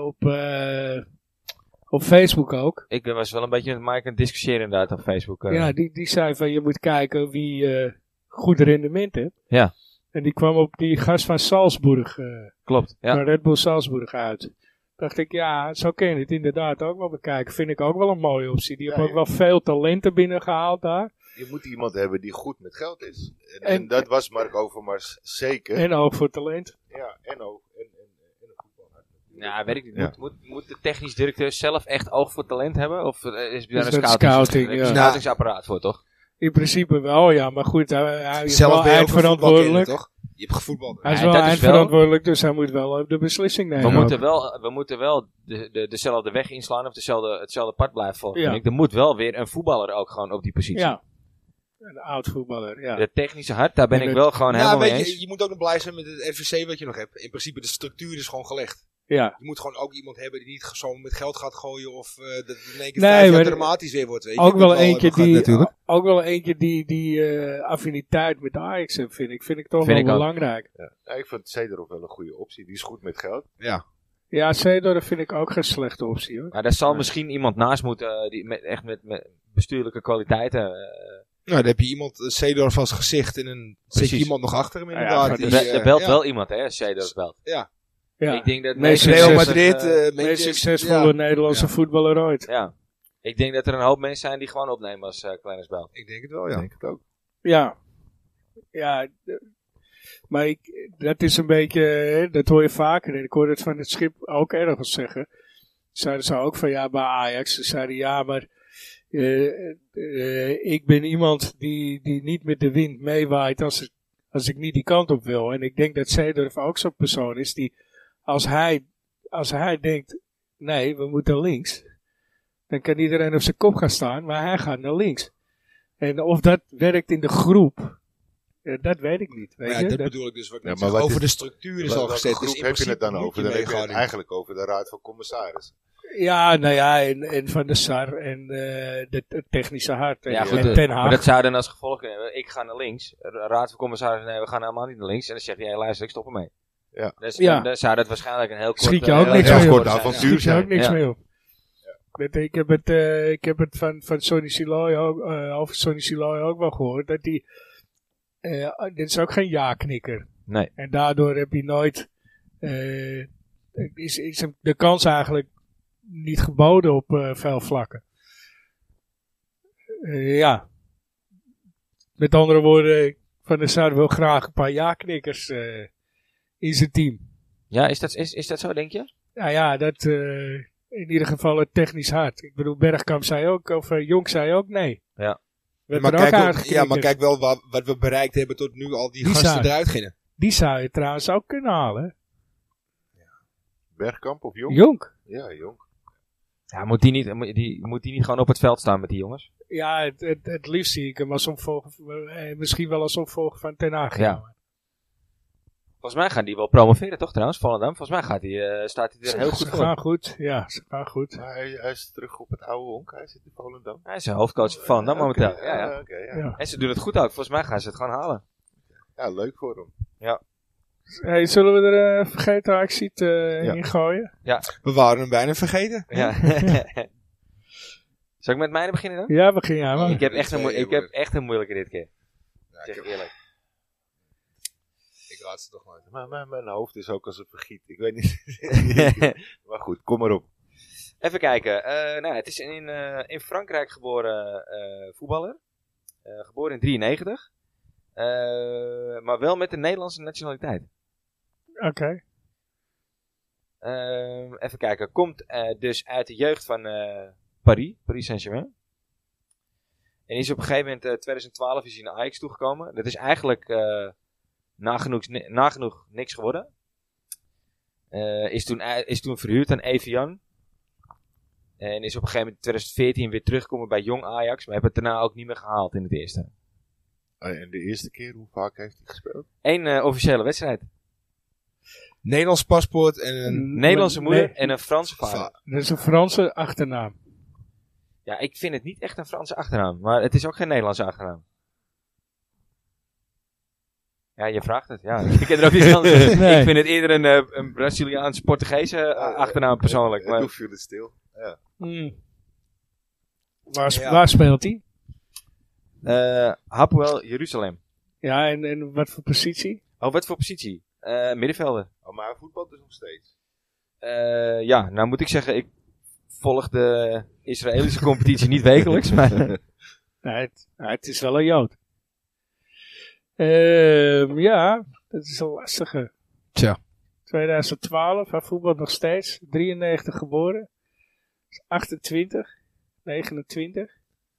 op Facebook ook. Ik was wel een beetje met Mike aan het discussiëren inderdaad op Facebook. Ja, die zei van je moet kijken wie goed rendement heeft. Ja. En die kwam op die gast van Salzburg, Klopt. Ja. van Red Bull Salzburg uit. Dacht ik, ja, zo kun je het inderdaad ook wel bekijken. Vind ik ook wel een mooie optie. Die heeft ook wel veel talenten binnengehaald daar. Je moet iemand hebben die goed met geld is. En dat was Mark Overmars zeker. En ook voor talent. Ja, en ook. En een voetbalhart. Ja, weet ik niet. Ja. Moet de technisch directeur zelf echt oog voor talent hebben? Of is er dat een scouting, ja. scoutingsapparaat voor, toch? In principe wel, ja. Maar goed, hij is Zelf wel ben je ook een eindverantwoordelijk. voetbalkenner, toch? Je hebt gevoetbald. Hij is Nee, wel dat is eindverantwoordelijk, dus hij moet wel de beslissing nemen. We moeten wel dezelfde weg inslaan of hetzelfde pad blijven volgen. Ja. Ja. Er moet wel weer een voetballer ook gewoon op die positie. Ja. Een oud voetballer, ja. De technische hart, daar ben En ik het- wel gewoon helemaal mee eens. Je moet ook nog blij zijn met het RVC wat je nog hebt. In principe, de structuur is gewoon gelegd. Ja. Je moet gewoon ook iemand hebben die niet zo met geld gaat gooien of dat het in één keer Nee, 5 jaar maar dramatisch weer wordt. Weet je. Ook wel Dat we al eentje hebben gehad, natuurlijk. ook wel eentje die affiniteit met Ajax heeft, vind ik toch Vind wel ik ook. belangrijk. Ja, ik vond Seedorf wel een goede optie. Die is goed met geld. Ja. Ja, Seedorf vind ik ook geen slechte optie, hoor. Maar daar zal misschien iemand naast moeten die echt met bestuurlijke kwaliteiten. Nou, dan heb je iemand, Seedorf als gezicht en dan zit Precies. je iemand nog achter hem Ja, inderdaad. ja, die, Er belt ja. wel iemand, hè, als Seedorf belt. Ja. Ja. Ik denk dat Meest mensen- Real succes- Madrid, meest Manchester- succesvolle ja. Nederlandse Ja. voetballer ooit. Ja. Ik denk dat er een hoop mensen zijn die gewoon opnemen als Kleines belt. Ik denk het wel, ja. Ik denk het ook. Ja. Ja, maar dat is een beetje, hè, dat hoor je vaker. En ik hoorde het van het schip ook ergens zeggen. Zeiden ze ook van ja, bij Ajax. Ze zeiden ja, maar ik ben iemand die niet met de wind meewaait als ik niet die kant op wil. En ik denk dat Seedorf ook zo'n persoon is die, als hij denkt, nee, we moeten links. Dan kan iedereen op zijn kop gaan staan, maar hij gaat naar links. En of dat werkt in de groep, dat weet ik niet. Weet Ja, je? dat Dat- bedoel ik dus. Wat ik Ja, net maar zeg. wat Over is- de structuur is al Welke gezet. groep Dus in heb je het dan principe over? moet Dan je heb je het meegaan. eigenlijk over de Raad van Commissarissen. Ja, nou ja, en Van der Sar en het technische hart. Ja, en goed, Ten Hag. maar dat zou dan als gevolg hebben. Ik ga naar links. De Raad van Commissarissen, nee, we gaan helemaal niet naar links. En dan zegt hij, hey, luister, ik stop ermee. Ja. Dus Ja. dan zou dat waarschijnlijk een heel kort... Schiet je ook heel niks erg mee kort op. zijn. avontuur. Schiet je ook niks Ja. mee op. Ik heb het van Sonny Siloy ook, over Sonny Siloy ook wel gehoord. Dat die, dit is ook geen ja-knikker. Nee. En daardoor heb je nooit, is hem de kans eigenlijk niet geboden op veel vlakken. Ja. Met andere woorden, Van der Sar wil graag een paar ja-knikkers in zijn team. Ja, is dat zo, denk je? Nou ja, dat in ieder geval het technisch hard. Ik bedoel, Bergkamp zei ook, of Jonk zei ook nee. Ja. Werd Maar er ook kijk, aangeknikkerd. maar kijk wel wat we bereikt hebben tot nu al die Die gasten zaak. eruit gingen. Die zou je trouwens ook kunnen halen. hè? Bergkamp of Jong? Jonk. Ja, Jong. Ja, moet die niet gewoon op het veld staan met die jongens? Ja, het liefst zie ik hem als opvolger, misschien wel als opvolger van Ten Hag. Ja. Volgens mij gaan die wel promoveren, toch trouwens, Volendam? Volgens mij staat hij er heel goed Ze voor. gaan goed, ja, ze gaan goed. Maar hij is terug op het oude honk. Hij zit in Volendam. Hij is de hoofdcoach van Volendam momenteel. Oké, Ja. oké, ja. Ja. En ze doen het goed ook. Volgens mij gaan ze het gewoon halen. Ja, leuk voor hem. Hey, zullen we er vergeten Ajaxiet in gooien? We waren hem bijna vergeten. Ja. Zal ik met mij beginnen dan? Ja, begin jij maar. Ik heb echt een moeilijke dit keer. Ja, Zeg ik eerlijk. ik raad ze toch maar. Maar mijn hoofd is ook als een vergiet. Ik weet niet. Maar goed, kom maar op. Even kijken. Het is in Frankrijk geboren voetballer. Geboren in 93. Maar wel met de Nederlandse nationaliteit. Oké. Even kijken. Komt dus uit de jeugd van Paris Saint-Germain. En is op een gegeven moment, 2012 is hij naar Ajax toegekomen. Dat is eigenlijk nagenoeg niks geworden. Is toen verhuurd aan Evian. En is op een gegeven moment 2014 weer teruggekomen bij Jong Ajax. Maar hebben het daarna ook niet meer gehaald in het eerste. En de eerste keer, hoe vaak heeft hij gespeeld? 1 officiële wedstrijd. Nederlands paspoort en een... Nederlandse moeder en een Franse vader. Dat is een Franse achternaam. Ja, ik vind het niet echt een Franse achternaam. Maar het is ook geen Nederlandse achternaam. Ja, je vraagt het. Ja, ik ken er ook niet anders. Nee. Ik vind het eerder een Braziliaans-Portugese achternaam persoonlijk. Toen viel het stil. Ja. Waar speelt hij? Hapoel Jeruzalem. Ja, en wat voor positie? Oh, wat voor positie? Middenvelder. Oh, maar hij voetbalt dus nog steeds. Ja, nou moet ik zeggen, ik volg de Israëlische competitie niet wekelijks. Maar Nee, het is wel een Jood. Ja, dat is een lastige. Tja. 2012, hij voetbalt nog steeds. 93 geboren. 28, 29.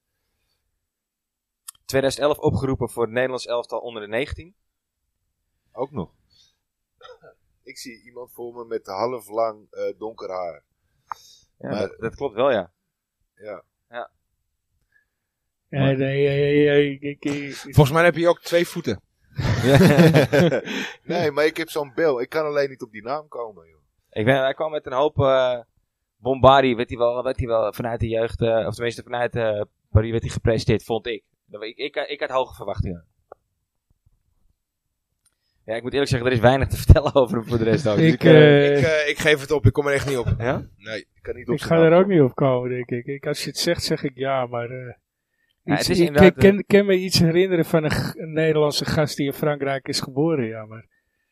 2011 opgeroepen voor het Nederlands elftal onder de 19. Ook nog. Ik zie iemand voor me met half lang donker haar. Ja, Maar- dat klopt wel, ja. Ja. Volgens mij heb je ook 2 voeten. Nee, maar ik heb zo'n bel. Ik kan alleen niet op die naam komen, joh. Hij kwam met een hoop bombardie, werd hij wel vanuit de jeugd, of tenminste vanuit Paris werd hij gepresenteerd, vond ik. Ik had hoge verwachtingen. Ja, ik moet eerlijk zeggen, er is weinig te vertellen over hem voor de rest ook. Dus Ik geef het op, ik kom er echt niet op. ja? Nee. Ik kan niet op Ik zijn ga naam er ook komen. niet op komen, denk ik. Als je het zegt, zeg ik ja, maar... Ja, het is ik inderdaad, kan me iets herinneren van een Nederlandse gast die in Frankrijk is geboren, ja, maar...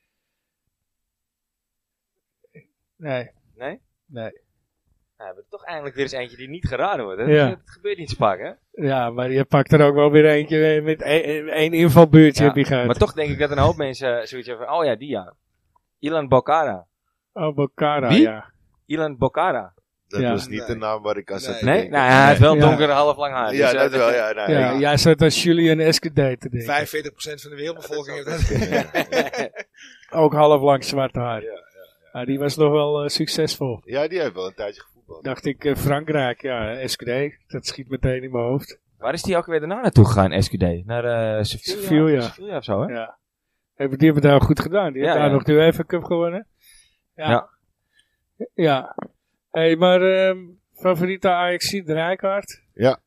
Nee. Nee? Nee. Nou, we hebben er toch eindelijk weer eens eentje die niet geraden wordt. Hè? Ja. Het gebeurt niet zo vaak, hè? Ja, maar je pakt er ook wel weer eentje met één invalbeurtje heb je gehad. Maar toch denk ik dat een hoop mensen zoiets hebben van, oh ja, die ja. Ilan Bocara. Oh, Bocara, Wie? ja. Ilan Bocara. Dat Ja. was niet de naam waar ik aan zat te Nee? denken. Nou ja, hij heeft wel Ja. donker half lang haar. Ja, dus, dat wel. Ja, nee, Ja, jij zat als Julian Escudé te denken. 45% van de wereldbevolking heeft dat. Ook half lang zwart haar. Ja, Ah, die was nog wel succesvol. Ja, die heeft wel een tijdje gevoetbald. Dacht ik, Frankrijk, ja, Escudé. Dat schiet meteen in mijn hoofd. Waar is die ook weer daarna naartoe gegaan, SQD? Naar Sevilla. Sevilla of zo, hè? Ja. Die hebben daar goed gedaan. Die Ja, hebben daar ja. nog de UEFA Cup gewonnen. Ja. Ja. Hey, maar favoriete Ajax-Ziet, Rijkaard? Ja.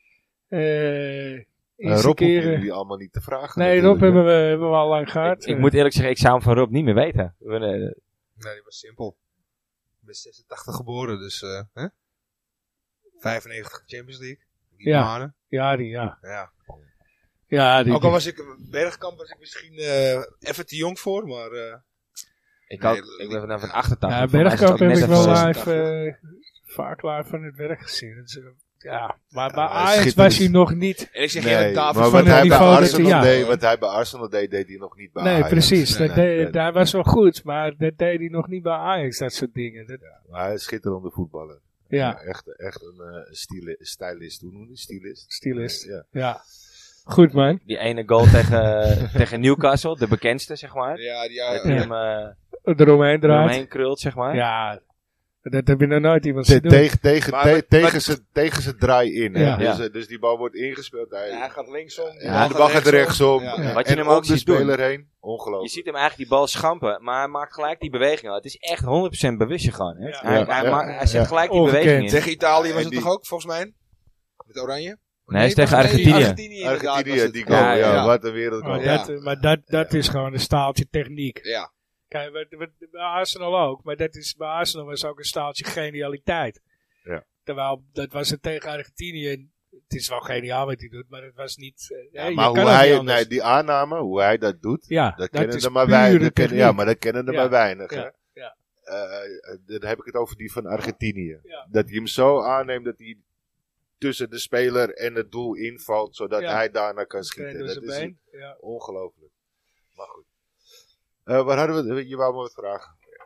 Eerste Rob keer, hoeven jullie allemaal niet te vragen. nee, Rob natuurlijk, hebben we al lang gehad. Ik moet eerlijk zeggen, ik zou hem van Rob niet meer weten. Nee, die was simpel. Ik ben 86 geboren, dus hè? 95 Champions League. Die Ja. maanden. Ja, ja. Ja. Die, Ook al was ik Bergkamp, was ik misschien even te jong voor, maar Ik Nee, ben vanaf een 88. ja, Voor mij is het Bergkamp ook heb net ik even wel 86. live vaak live van het werk gezien. Dat is, ja, maar bij Ja, Ajax schitterend. was hij nog niet. en ik zeg Nee, je dat David maar van wat het hij, bij niveau dat Arsenal hij- ja. deed, wat hij bij Arsenal deed hij nog niet bij Nee, Ajax. precies. Nee, Dat nee, deed- Daar was wel goed, maar dat deed hij nog niet bij Ajax, dat soort dingen. Maar hij is schitterende voetballer. Ja, Echt een stylist. Hoe noem je die? Stylist? stylist. Ja. Ja. Goed, man. Die ene goal tegen Newcastle, de bekendste, zeg maar. ja, Dat hij hem Eromheen draait. eromheen krult, zeg maar. Ja, dat heb je nog nooit iemand zien doen. Tegen zijn draai in. Ja. Hè? Ja. Dus die bal wordt ingespeeld. hij gaat linksom. Ja, de bal gaat rechtsom. Ja. Ja. Wat je En hem ook om de ziet doen. speler heen. Je Ongelooflijk. ziet hem eigenlijk die bal schampen, maar hij maakt gelijk die beweging al. Het is echt 100% bewust gewoon. Hè? Ja. Hij zet Ja. gelijk die Ongekend. beweging in. Tegen Italië was En het die- toch ook, volgens mij? Met Oranje? Nee, hij is tegen Argentinië. inderdaad was Argentinië, het. die goal. Ja, Ja, ja. wat een wereldgoal. Maar dat is gewoon een staaltje techniek. Ja. Kijk, bij Arsenal ook, maar bij Arsenal was ook een staaltje genialiteit. Ja. Terwijl, dat was het tegen Argentinië. En het is wel geniaal wat hij doet, maar het was niet... Ja, je maar kan hoe ook niet hij, anders. die aanname, hoe hij dat doet, Ja, dat dat kennen is er maar pure weinig. techniek. Ja, maar dat kennen er Ja. maar weinig. Hè? Ja, ja. Dan heb ik het over die van Argentinië. Ja. Dat hij hem zo aanneemt dat hij tussen de speler en het doel invalt, zodat Ja. hij daarna kan Oké, schieten. door Dat zijn is been. Ja. ongelooflijk. Maar goed. Waar hadden we, je wou me wat vragen.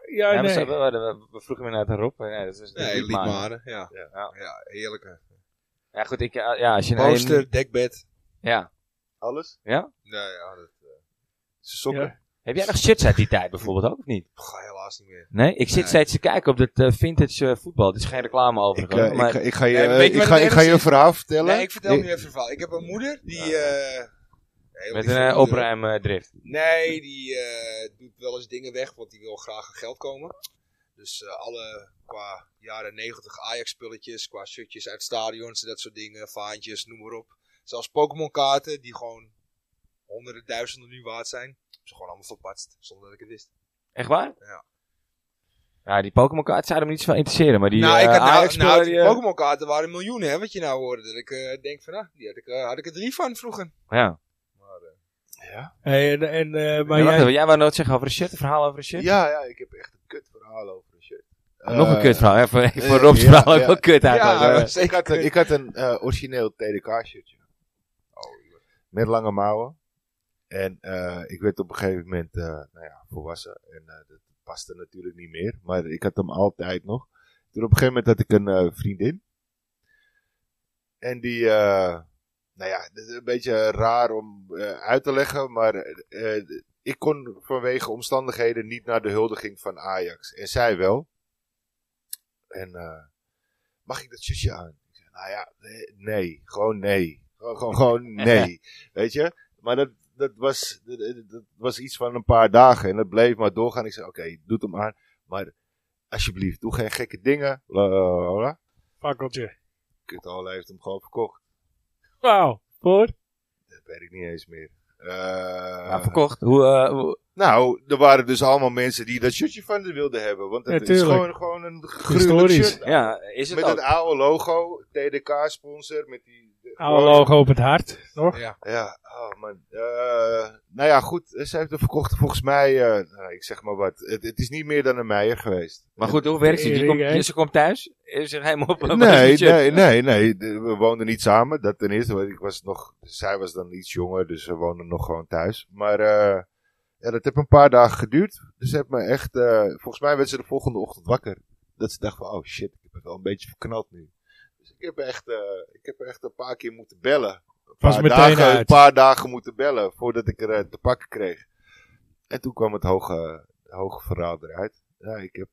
Ja, nee. We vroegen me naar Rob. Nee, dat is Liedmaren. Ja, heerlijke. Ja, goed. Als je Poster, dekbed. Ja. Alles? Ja? Ja, dat... Sokken? Ja. Heb jij nog shirts uit die tijd bijvoorbeeld ook, of niet? Goh, helaas niet meer. Nee? Ik zit steeds te kijken op dat vintage voetbal. Het is geen reclame overigens. Ik ga weet je wat het je ergste een is? verhaal vertellen. Nee, ik vertel nu even een verhaal. Ik heb een moeder die... Met een opruimdrift. Nee, die doet wel eens dingen weg, want die wil graag aan geld komen. Dus alle qua jaren 90 Ajax spulletjes, qua shirtjes uit stadions, dat soort dingen, vaantjes, noem maar op. Zelfs Pokémon kaarten, die gewoon honderden, duizenden nu waard zijn. Ze gewoon allemaal verpatst, zonder dat ik het wist. Echt waar? Ja. Ja, die Pokémon kaarten zouden me niet zoveel interesseren, maar die Nou, Ajax spullen... die Pokémon kaarten waren miljoenen, hè, wat je nou hoorde. Dat ik denk van, die had ik er 3 van vroeger. Ja. Ja? Maar jij wou nooit zeggen over een shirt, een verhaal over een shirt? Ja, ik heb echt een kut verhaal over een shirt. Nog een kut verhaal, hè? Voor Rob's verhaal ook wel kut eigenlijk. Ja, ik had een origineel TDK-shirtje. Met lange mouwen. En ik werd op een gegeven moment volwassen. En dat paste natuurlijk niet meer. Maar ik had hem altijd nog. Toen op een gegeven moment had ik een vriendin. En die... het is een beetje raar om uit te leggen. Maar ik kon vanwege omstandigheden niet naar de huldiging van Ajax. En zij wel. En mag ik dat shirtje aan? Ik zei, nou ja, nee. Gewoon nee. Gewoon nee. Weet je? Maar dat was iets van een paar dagen. En dat bleef maar doorgaan. Ik zei, oké, doe het hem aan. Maar alsjeblieft, doe geen gekke dingen. Fakkeltje. Kutal heeft hem gewoon verkocht. Wauw, voor? Dat weet ik niet eens meer. Verkocht? Hoe? Nou, er waren dus allemaal mensen die dat shirtje van de wilden hebben. Want het is gewoon een gruwelijk shirt. Ja, is het met ook. een oude logo, TDK-sponsor, met die... Oude logo op het hart, nog? Ja. Ja, oh man. Nou ja, goed. Ze heeft het verkocht volgens mij, ik zeg maar wat. Het is niet meer dan een meijer geweest. Maar goed, hoe werkt het? Ze komt thuis? Is er helemaal op Nee. We woonden niet samen. Dat ten eerste. Zij was dan iets jonger, dus we woonden nog gewoon thuis. Maar dat heeft een paar dagen geduurd. Dus het me echt, volgens mij werd ze de volgende ochtend wakker. Dat ze dacht van, oh shit, ik heb het wel een beetje verknald nu. Dus ik heb echt een paar keer moeten bellen. Een paar dagen moeten bellen voordat ik er te pakken kreeg. En toen kwam het hoge verhaal eruit. Ja, ik heb...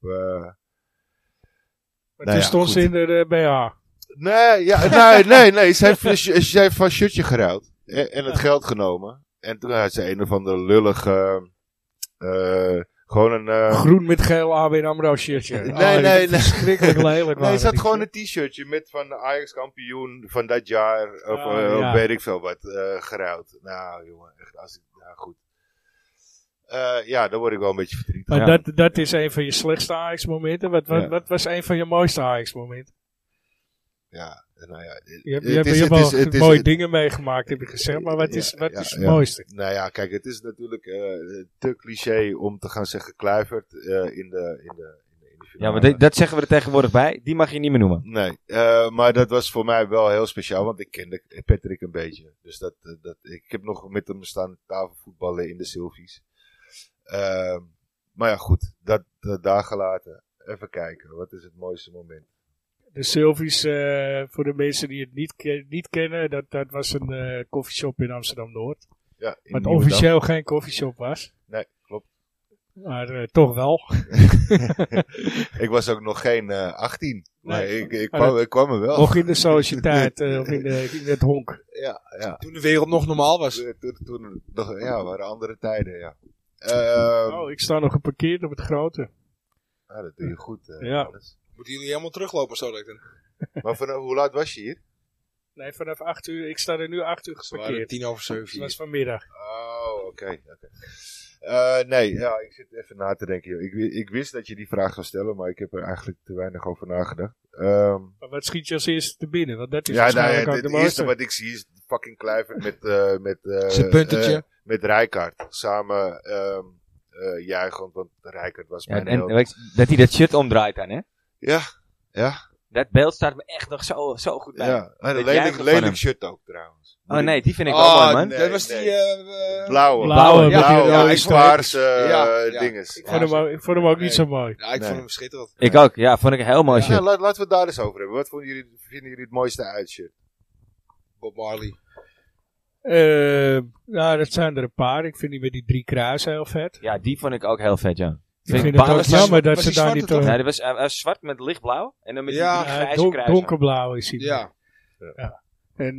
Maar toen stond ze in de BH. Nee. Ze heeft van shirtje geruild. En het geld genomen. En toen had ze een of andere lullige... gewoon een... Groen met geel ABN AMRO shirtje. Nee. Verschrikkelijk lelijk. Nee, ze had gewoon een t-shirtje met van de Ajax kampioen van dat jaar. Of weet ik veel wat. Geruild. Nou jongen, echt. Goed. Dan word ik wel een beetje verdrietig. Maar dat is een van je slechtste Ajax momenten. Wat was een van je mooiste Ajax momenten? Ja, nou ja. Je hebt wel mooie dingen meegemaakt, heb je gezegd. Maar wat is het mooiste? Nou ja, kijk, het is natuurlijk te cliché om te gaan zeggen Kluivert in de finale. Ja, maar dat zeggen we er tegenwoordig bij. Die mag je niet meer noemen. Nee, maar dat was voor mij wel heel speciaal, want ik kende Patrick een beetje. Dus ik heb nog met hem staan tafelvoetballen in de Sylvies. Maar ja, goed, dat daar gelaten. Even kijken, wat is het mooiste moment? De Sylvies, voor de mensen die het niet kennen, dat was een koffieshop in Amsterdam-Noord. Ja, wat officieel geen koffieshop was. Nee, klopt. Maar toch wel. Ik was ook nog geen 18. Maar Nee. ik kwam er wel. Nog in de sociëteit, of in het honk. Ja. Toen de wereld nog normaal was. Toen waren andere tijden, ja. Ik sta nog geparkeerd op het grote. Dat doe je goed. Ja. Moeten jullie helemaal teruglopen zo direct? Maar hoe laat was je hier? Nee, vanaf 8 uur. Ik sta er nu 8 uur geparkeerd. 10:07. Dat was vanmiddag. Oh, oké. Ik zit even na te denken. Joh. Ik wist dat je die vraag zou stellen, maar ik heb er eigenlijk te weinig over nagedacht. Maar wat schiet je als eerste te binnen? Want dat is het de eerste wat ik zie is fucking Kluivert met zijn puntetje. Met Rijkaard. Samen juichend, want Rijkaard was mijn held. Dat hij dat shirt omdraait dan, hè? Ja. Dat beeld staat me echt nog zo goed bij. Ja, en een Dat juichen van hem. lelijk shirt ook trouwens. Oh nee, die vind ik wel mooi, man. nee. Dat was die... Blauwe. Blauwe, Ja, ja, paarse ja. dinges. Ik vond hem ook niet zo mooi. Ja, ik vond hem schitterend. Ik ook, ja, vond ik een heel mooi Ja, shirt. laten we het daar eens over hebben. Wat vinden jullie het mooiste uitshirt? Bob Marley. Nou, dat zijn er een paar. Ik vind die met die 3 kruisen heel vet. Ja, die vond ik ook heel vet, ja. Ik vind het ook Balis- jammer dat was ze die daar zwarte niet... toch? Ja, die was zwart met lichtblauw. En dan met Ja, die grijze kruisen. donkerblauw is hij. Ja. En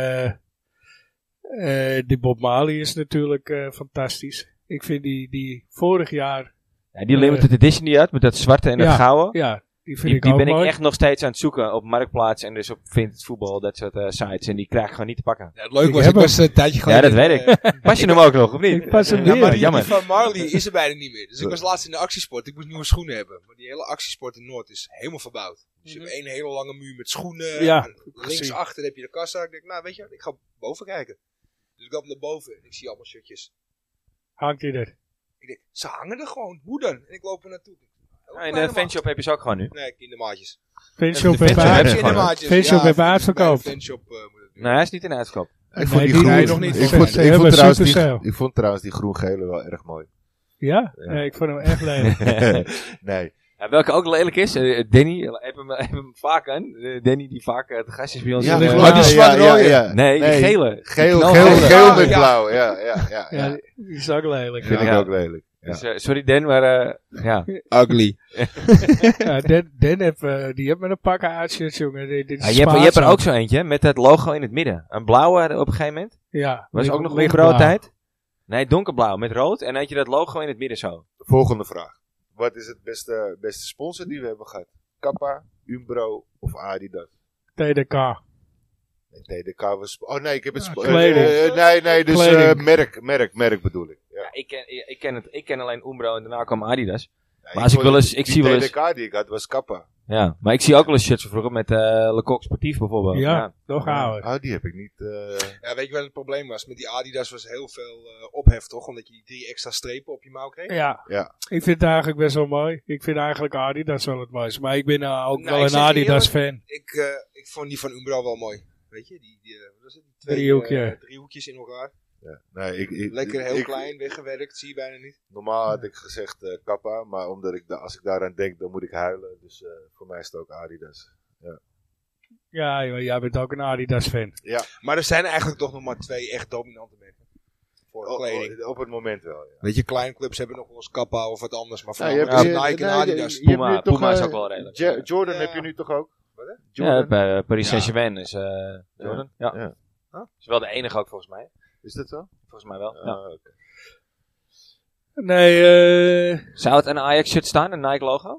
die Bob Marley is natuurlijk fantastisch. Ik vind die vorig jaar... Ja, die limited edition die had, met dat zwarte en dat gouden. Ja, die vind Die, ik die ook ben mooi. ik echt nog steeds aan het zoeken op Marktplaats en dus op Vintage Voetbal, dat soort sites. En die krijg ik gewoon niet te pakken. Ja, het leuke was, heb ik was een tijdje Ja, geleden... dat weet ik. Pas je hem ook nog, of niet? Ik pas hem Ja, weer. maar die jammer. van Marley is er bijna niet meer. Dus ik was laatst in de actiesport. Ik moest nieuwe schoenen hebben. Maar die hele actiesport in Noord is helemaal verbouwd. Dus je hebt één hele lange muur met schoenen. Ja, En linksachter heb je de kassa. Ik denk, nou weet je, ik ga boven kijken. Dus ik loop naar boven en ik zie allemaal shirtjes. Hangt hij er? Ik denk, ze hangen er gewoon. Hoe dan? En ik loop er naartoe. Ja, in de fanshop heb je ze ook gewoon nu. Nee, kindermaatjes. Fanshop de heeft fanshop uit- heb je gewoon. Kindermaatjes. Fanshop heeft uitverkoopt. bij de fanshop, moet het doen. Nee, hij is niet in de uitverkoop. Ik Nee, die nee, nog niet. Ik Ze vond hebben trouwens supersale. ik vond trouwens die groen-gele wel erg mooi. Ja? Ja. Nee, ik vond hem echt lelijk. Nee. Ja, welke ook lelijk is, Danny, heb hem vaak aan. Danny die vaak te gast is bij ons. Ja, in, die maar die zwart-rode. Nee, die gele. Geel, Die geel, knalgele. geel met Ja. blauw. Ja. Ja, die is ook lelijk. Vind ik Ja. ook lelijk. Ja. Dus, sorry Dan, maar ja. Ugly. Ja, die heeft met een pak uitshirts, jongen. Dit is Ja, je hebt er spaarzaam. ook zo eentje met dat logo in het midden. Een blauwe op een gegeven moment. Ja. Was ook nog een lichtblauw. brood tijd. Nee, donkerblauw met rood. En dan had je dat logo in het midden zo. Volgende vraag. Wat is het beste sponsor die we hebben gehad? Kappa, Umbro of Adidas? TDK. Nee, TDK was... Oh nee, ik heb het... Ja, kleding. nee, dus Kleding. merk bedoel ik. Ja. Ja, ik ken alleen Umbro en daarna kwam Adidas. Nee, Maar als ik vond wel eens- die ik zie wel eens- TDK die ik had was Kappa. Ja, maar ik zie ook wel eens shirts van vroeger met Le Coq Sportief bijvoorbeeld. Ja, nog ouder. Oh, die heb ik niet... Ja, weet je wat het probleem was? Met die Adidas was heel veel ophef, toch? Omdat je die 3 extra strepen op je mouw kreeg. Ja. Ja. Ik vind het eigenlijk best wel mooi. Ik vind eigenlijk Adidas wel het mooiste. Maar ik ben ook Nou, wel ik een zeg je Adidas fan. Ik vond die van Umbro wel mooi. Weet je, wat was het? Die Driehoekje. driehoekjes in elkaar. Ja. Nee, Lekker heel ik- klein, weggewerkt, zie je bijna niet. Normaal had ik gezegd Kappa, maar omdat als ik daaraan denk, dan moet ik huilen. Dus voor mij is het ook Adidas. Ja, joh, jij bent ook een Adidas fan. Ja, Maar er zijn eigenlijk toch nog maar 2 echt dominante merken. Voor kleding. op het moment wel. Ja. Weet je, kleine clubs hebben nog wel eens Kappa of wat anders. Maar Ja, vooral je is hebt- Nike en nee, Adidas. je hebt Puma, nu toch, Puma is ook wel redelijk. Jordan Ja. heb je nu toch ook? Wat, hè? Ja, Jordan? bij Paris Ja. Saint-Germain is Jordan. Ja. Ja. Is wel de enige ook volgens mij. Is dat zo? Volgens mij wel. Ah, Ja. oké. Nee, Zou het een Ajax shirt staan, een Nike logo?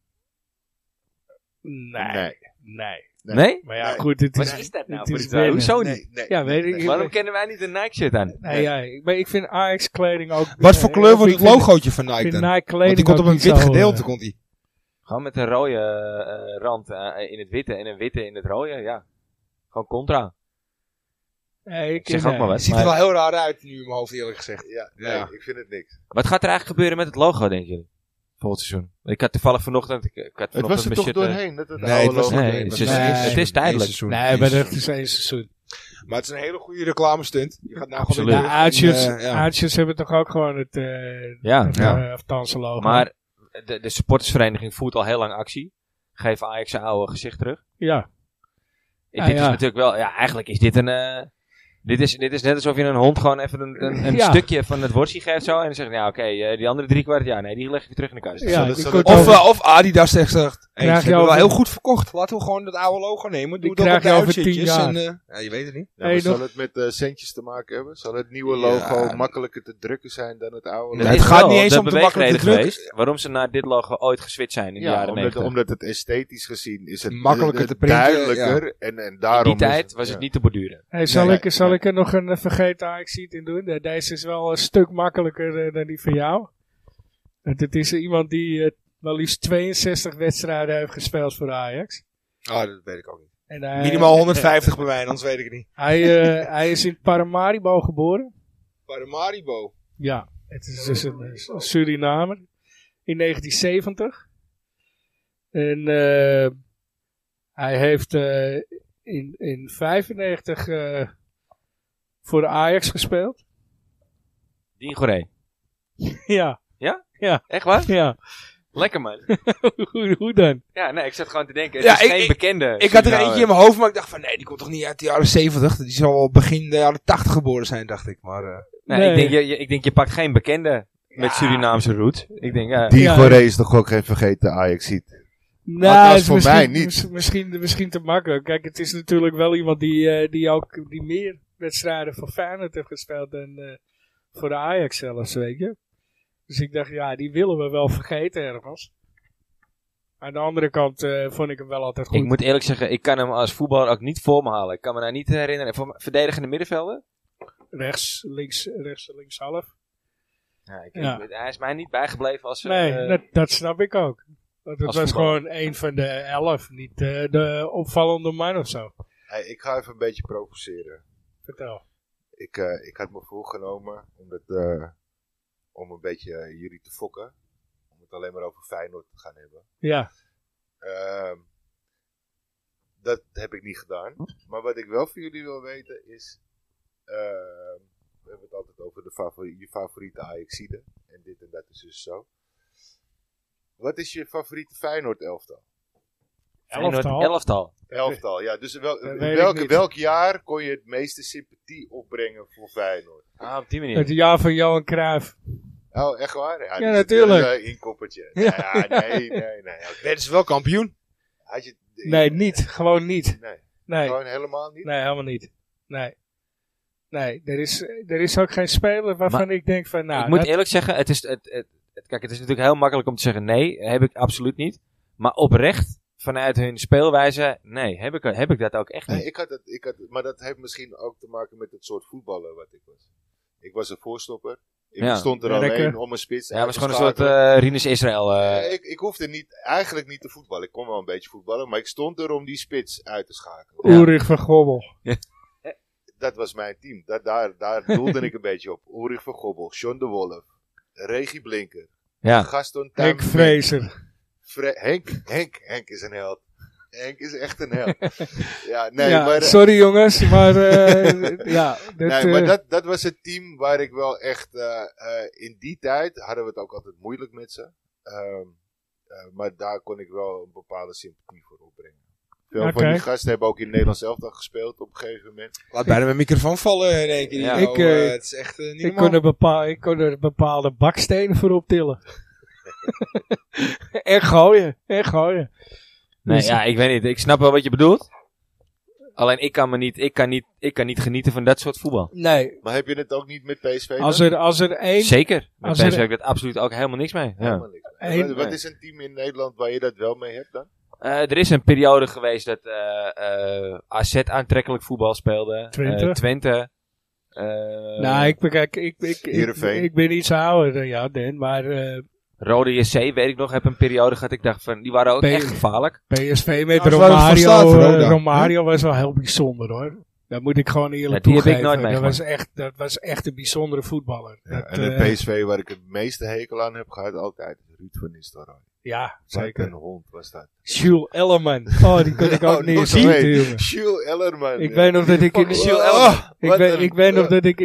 nee. Nee? Maar ja, Nee. goed, het Wat is... is dat nou het voor is iets? Hoezo Nee, niet? nee. Ja, weet ik. Waarom kennen wij niet een Nike shirt aan? Nee, ja, maar ik vind Ajax kleding ook... Wat voor kleur wordt het logootje van Ik Nike vind dan? Nike Want kleding die komt op ook een niet wit zo, gedeelte, komt die. Gewoon met een rode rand in het witte en een witte in het rode, ja. Gewoon contra. Nee, Ik zeg ook maar wat. Het ziet er wel heel raar uit nu in mijn hoofd, eerlijk gezegd. Ja, nee, Ja. ik vind het niks. Wat gaat er eigenlijk gebeuren met het logo, denken jullie? Volgend seizoen. Ik had toevallig vanochtend... Ik had Het was vanochtend er mijn toch shit, doorheen? Dat het Nee, oude het was logo- nee, doorheen. het was is- één het seizoen. is tijdelijk. Eén seizoen. Nee, Eén maar seizoen. dat is één seizoen. Maar het is een hele goede reclamestunt. Je gaat nou Absoluut. gewoon De weer Aartjes, ja. Aartjes hebben toch ook gewoon het Ja, aftansen logo. Maar de supportersvereniging voert al heel lang actie. Geef Ajax zijn oude gezicht terug. Ja, Dit Ja, is ja. natuurlijk wel... Ja, eigenlijk is dit een... Dit is net alsof je een hond gewoon even een Ja. stukje van het worstje geeft zo. En dan zegt ja oké, die andere 3/4, ja nee, die leg ik weer terug in de kast. ja Zal die het- komt zal over- Of Adidas zegt, hey, ze Krijg je hebben wel over- heel goed verkocht. Laten we gewoon dat oude logo nemen. Die Doe dat op krijg de je over 10 uitshirtjes jaar. en, ja, je weet het niet. Ja, maar Hey, zal nog- het met centjes te maken hebben? Zal het nieuwe Ja. logo makkelijker te drukken zijn dan het oude Dat logo? het is gaat wel niet eens de om te makkelijk te beweegreden drukken. geweest waarom ze naar dit logo ooit geswitcht zijn in de Ja, jaren omdat, 90. omdat het esthetisch gezien is het Makkelijker te printen, duidelijker en In daarom die is tijd was ja. het niet te borduren. Hey, zal ik er nog een vergeten Ajax-sheet in doen? Deze is wel een stuk makkelijker dan die van jou. Het is iemand die wel liefst 62 wedstrijden heeft gespeeld voor Ajax. Oh, dat weet ik ook niet. En hij, Minimaal 150 bij mij, anders weet ik het niet. Hij is in Paramaribo geboren. Paramaribo. Ja, het is dus een Surinamer. In 1970. En Hij heeft in 95 voor de Ajax gespeeld. Dien Goré. Ja. Ja? Ja. Echt waar? Ja. Lekker man. Hoe dan? Ja, nee, ik zat gewoon te denken. Ja, Het is geen bekende. Ik had er Suriname. eentje in mijn hoofd, maar ik dacht van nee, die komt toch niet uit de jaren 70. Die zal wel begin de jaren 80 geboren zijn, dacht ik. Maar Nee, Nee. Ik denk je pakt geen bekende met Surinaamse roots. Ik denk, Die Ja. Goré is toch ook geen vergeten Ajax-ziet? Nou, Althans, het is voor mij niet. Misschien te makkelijk. Kijk, het is natuurlijk wel iemand die meer wedstrijden voor Feyenoord heeft gespeeld dan voor de Ajax zelfs, weet je. Dus ik dacht, ja, die willen we wel vergeten ergens. Aan de andere kant vond ik hem wel altijd goed. ik moet eerlijk zeggen, ik kan hem als voetballer ook niet voor me halen. Ik kan me nou niet herinneren. Voor verdedigende middenvelder? Rechts, links half. Ja, Ja. Hij is mij niet bijgebleven als... Nee, dat snap ik ook. Want het als was voetballer. gewoon een van de 11, niet de opvallende man of zo. Hey, ik ga even een beetje provoceren. Vertel. Ik had me voorgenomen om een beetje jullie te fokken. Om het alleen maar over Feyenoord te gaan hebben. Ja. Dat heb ik niet gedaan. Maar wat ik wel voor jullie wil weten is... we hebben het altijd over je favoriete Ajaxide. En dit en dat is dus zo. Wat is je favoriete Feyenoord elftal? Elftal. Elftal, ja. Dus weet ik niet. welk jaar kon je het meeste sympathie opbrengen voor Feyenoord? Ah, op die Het manier. jaar van Johan Cruijff. Oh, echt waar? Ja, die natuurlijk. zit, inkoppertje. Ja, nee. Okay. werd ze wel kampioen. Had je, Nee, niet. Gewoon niet. Nee, Nee, gewoon helemaal niet? nee helemaal niet. Nee, er is ook geen speler waarvan ik denk van, nou... ik moet dat- eerlijk zeggen, kijk, het is natuurlijk heel makkelijk om te zeggen nee, heb ik absoluut niet. Maar oprecht, vanuit hun speelwijze, nee, heb ik dat ook echt niet. Nee, maar dat heeft misschien ook te maken met het soort voetballer wat ik was. Ik was een voorstopper. Ik Ja. stond er Ja, alleen lekker. om een spits Ja, uit het te was gewoon een soort schakelen. Rinus Israël. Ik hoefde eigenlijk niet te voetballen. Ik kon wel een beetje voetballen, maar ik stond er om die spits uit te schakelen. Ja. Ulrich van Gobbel. Dat was mijn team. Daar doelde ik een beetje op. Ulrich van Gobbel, John de Wolf, Regie Blinker, Ja. Gaston Henk Tuin- Fraser. Henk is een held. Henk is echt een held. Ja, nee, Ja, maar... sorry jongens, maar ja. Nee, maar dat was het team waar ik wel echt... in die tijd hadden we het ook altijd moeilijk met ze. Maar daar kon ik wel een bepaalde sympathie voor opbrengen. Veel van Oké. die gasten hebben ook in Nederland zelf dan gespeeld op een gegeven moment. Laat bijna mijn microfoon vallen in één keer. Ja. Het is echt niet Ik normaal. kon er bepaalde bakstenen voor optillen. En gooien. Nee, Dus- ja, ik weet niet. Ik snap wel wat je bedoelt. Alleen ik kan niet genieten van dat soort voetbal. Nee, Maar heb je het ook niet met PSV dan? als er één... Zeker. Met Als PSV er- heb ik dat absoluut ook helemaal niks mee. Ja. Helemaal niks. Eén- Wat is een team in Nederland waar je dat wel mee hebt dan? Er is een periode geweest dat AZ aantrekkelijk voetbal speelde. Twente. Twente. Nou, Heerenveen. ik ben iets ouder dan jou, Dan, maar Rode JC, weet ik nog, heb een periode gehad. Ik dacht van, die waren ook Ben- echt gevaarlijk. PSV met Nou, waar het voor staat, Romario, Roda. Romario was wel heel bijzonder hoor. Dat moet ik gewoon eerlijk Ja, die heb ik toegeven. nooit Dat was echt een bijzondere voetballer. Ja, Dat, en het PSV waar ik het meeste hekel aan heb gehad altijd. Ruud van Nistelrooy. Ja, Wat zeker. een hond was dat. Jules Ellerman. Oh, die kon ik ook niet nog zien, zo één. jongen. Jules Ellerman. Ik weet nog dat ik in de Jules Ellerman. Ik weet nog dat ik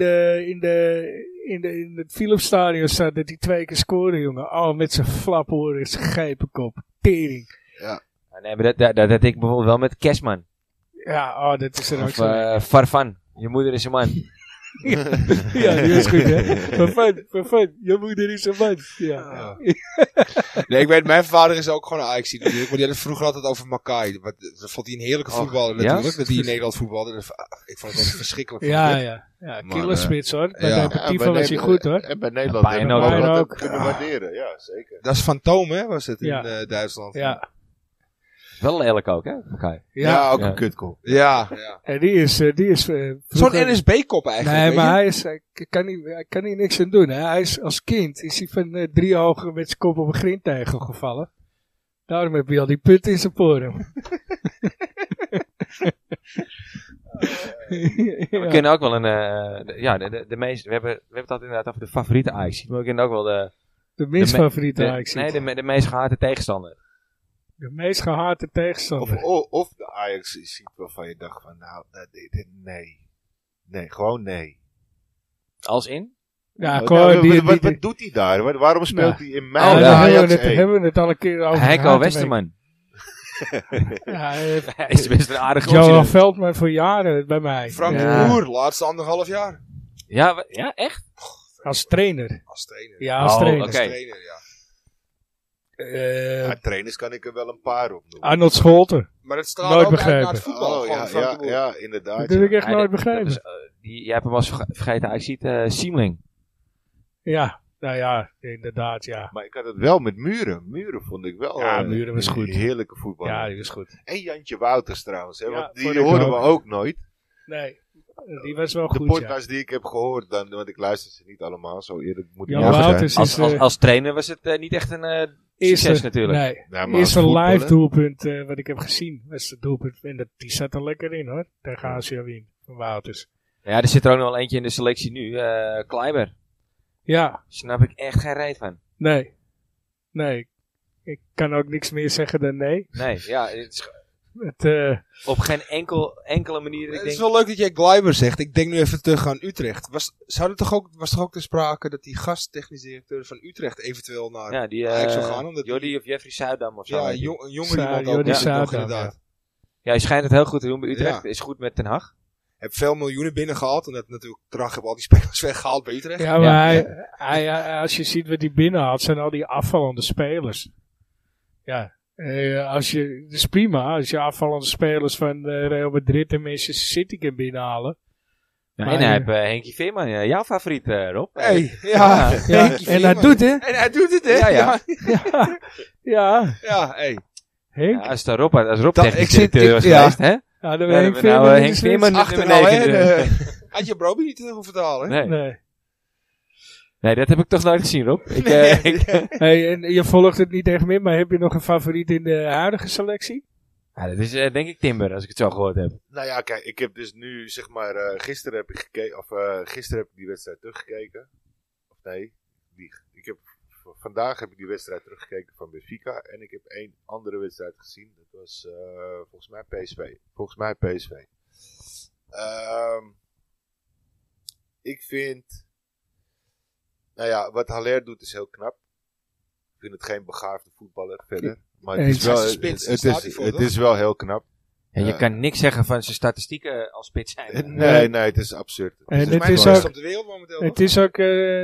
in het Philipsstadion zat, dat hij 2 keer scoorde, jongen. Oh, met zijn flapoor en zijn grepenkop. Tering. Ja, nee, maar dat had ik bijvoorbeeld wel met Kerstman. Ja, oh, dat is er ook Of zo. Farfan. Je moeder is een man. Ja, die is goed, hè? Verfun. Je moeder is een man. Ja. Nee, ik weet, mijn vader is ook gewoon een Ajax natuurlijk. Maar die had het vroeger altijd over Makai. Dat vond hij een heerlijke voetballer ja? natuurlijk. Dat hij in Nederland voetbalde. Ik vond het altijd verschrikkelijk. Ja, Maar, killerspits hoor. Bij ja. de Deportivo was hij goed hoor. En bij Nederland Ja, hebben Bayern we hem ook. altijd kunnen waarderen. Ja, zeker. Dat is Fantoom, hè? Was het Ja. in Duitsland. Ja. Wel lelijk ook, hè? Oké. Ja, ook Ja. een kutkop. Ja. En die is Zo'n vroeger- NSB-kop eigenlijk. Nee, weet maar je? hij kan hier niks aan doen. Hè. Hij is als kind is hij van 3 hogen met zijn kop op een grindtegel gevallen. Daarom heb je al die put in zijn poren. We kennen ook wel de meeste. We hebben het altijd inderdaad over de favoriete Ajax. Maar we kennen ook wel de minst favoriete Ajax. de meest gehate tegenstander. De meest gehate tegenstander. Of de Ajax ziet waarvan je dacht van, nou, nee. Nee, gewoon nee. Als in? Ja, wat doet hij daar? Waarom speelt hij in mei? Hebben we het al een keer over Heiko Westerman. Hij is best een aardige Johan Veldman voor jaren bij mij. Frank de Boer, laatste 1,5 jaar. Ja, echt? Als trainer. Ja, als trainer. Trainers kan ik er wel een paar op noemen. Arnold Scholten. Maar het straalt nooit ook uit begrepen. naar het voetbal. Ja, inderdaad. Dat heb ik echt nooit begrepen. Jij hebt hem als vergeten. Hij ziet Siemling. Ja, nou ja, inderdaad, ja. Maar ik had het wel met Muren. Muren vond ik wel Muren was goed. Een heerlijke voetballer. Ja, die was goed. En Jantje Wouters trouwens. Hè, want die vond ik horen ook. we ook nooit. Nee, die was wel De goed, podcast die ik heb gehoord, want ik luister ze niet allemaal. Zo eerlijk moet ik Jan wel zijn. Wouters is... Als trainer was het niet echt een succes natuurlijk. Nee, Ja, maar eerste als voetballer- live doelpunt wat ik heb gezien. Was het doelpunt. En die zat er lekker in hoor. Tegen ACA Wien van Wouters. Ja, er zit er ook nog wel eentje in de selectie nu. Kleiber. Ja, Snap ik echt geen reet van. nee. Ik kan ook niks meer zeggen dan nee. Nee, ja. Het is op geen enkele manier. Het is wel leuk dat jij Gleiber zegt. Ik denk nu even terug aan Utrecht. Was toch ook te sprake dat die gasttechnisch directeur van Utrecht eventueel naar Ajax zou gaan? Omdat Jordi of Jeffrey Zuidam of zo. Ja, een jonge iemand Jordi ook. Zuidam, Inderdaad. Ja, hij schijnt het heel goed te doen bij Utrecht. Ja. Is goed met Ten Hag. Heb veel miljoenen binnengehaald. En dat natuurlijk Ten Hag heeft al die spelers weggehaald bij Utrecht. Ja, maar hij, als je ziet wat hij binnenhaalt, zijn al die afvallende spelers. Ja, dat is prima als je afvallende spelers van Real Madrid en Manchester City kan binnenhalen. Ja, Maar, en hij heeft Henkie Veerman, jouw favoriet, Rob. Hey, Ja, en hij doet het. En hij doet het, hè? Ja. Ja, Hey. Henk. Ja, als Rob Dat- technisch ik zit- directeur was ja. geweest, hè? Ja, dan Ja, Henk dan Veerman. nou, in de Henk spits. Veerman nummer Achternaam, 9. hè? Had je Broby niet hoeven vertalen? Nee. Nee. Dat heb ik toch nooit gezien, Rob. Hey, en je volgt het niet echt meer, maar heb je nog een favoriet in de huidige selectie? Ja, dat is denk ik Timber, als ik het zo gehoord heb. Nou ja, kijk, ik heb dus nu, zeg maar, gisteren heb ik gekeken, gisteren heb ik die wedstrijd teruggekeken. Of nee, vandaag heb ik die wedstrijd teruggekeken van Benfica. En ik heb 1 andere wedstrijd gezien. Dat was volgens mij PSV. Ik vind, nou ja, wat Haller doet is heel knap. Ik vind het geen begaafde voetballer verder. Maar het is wel, het is wel heel knap. Ja, je kan niks zeggen van zijn statistieken als spits zijn. Nee, het is absurd. En het Mijn is beste ook, op de wereld momenteel. het is ook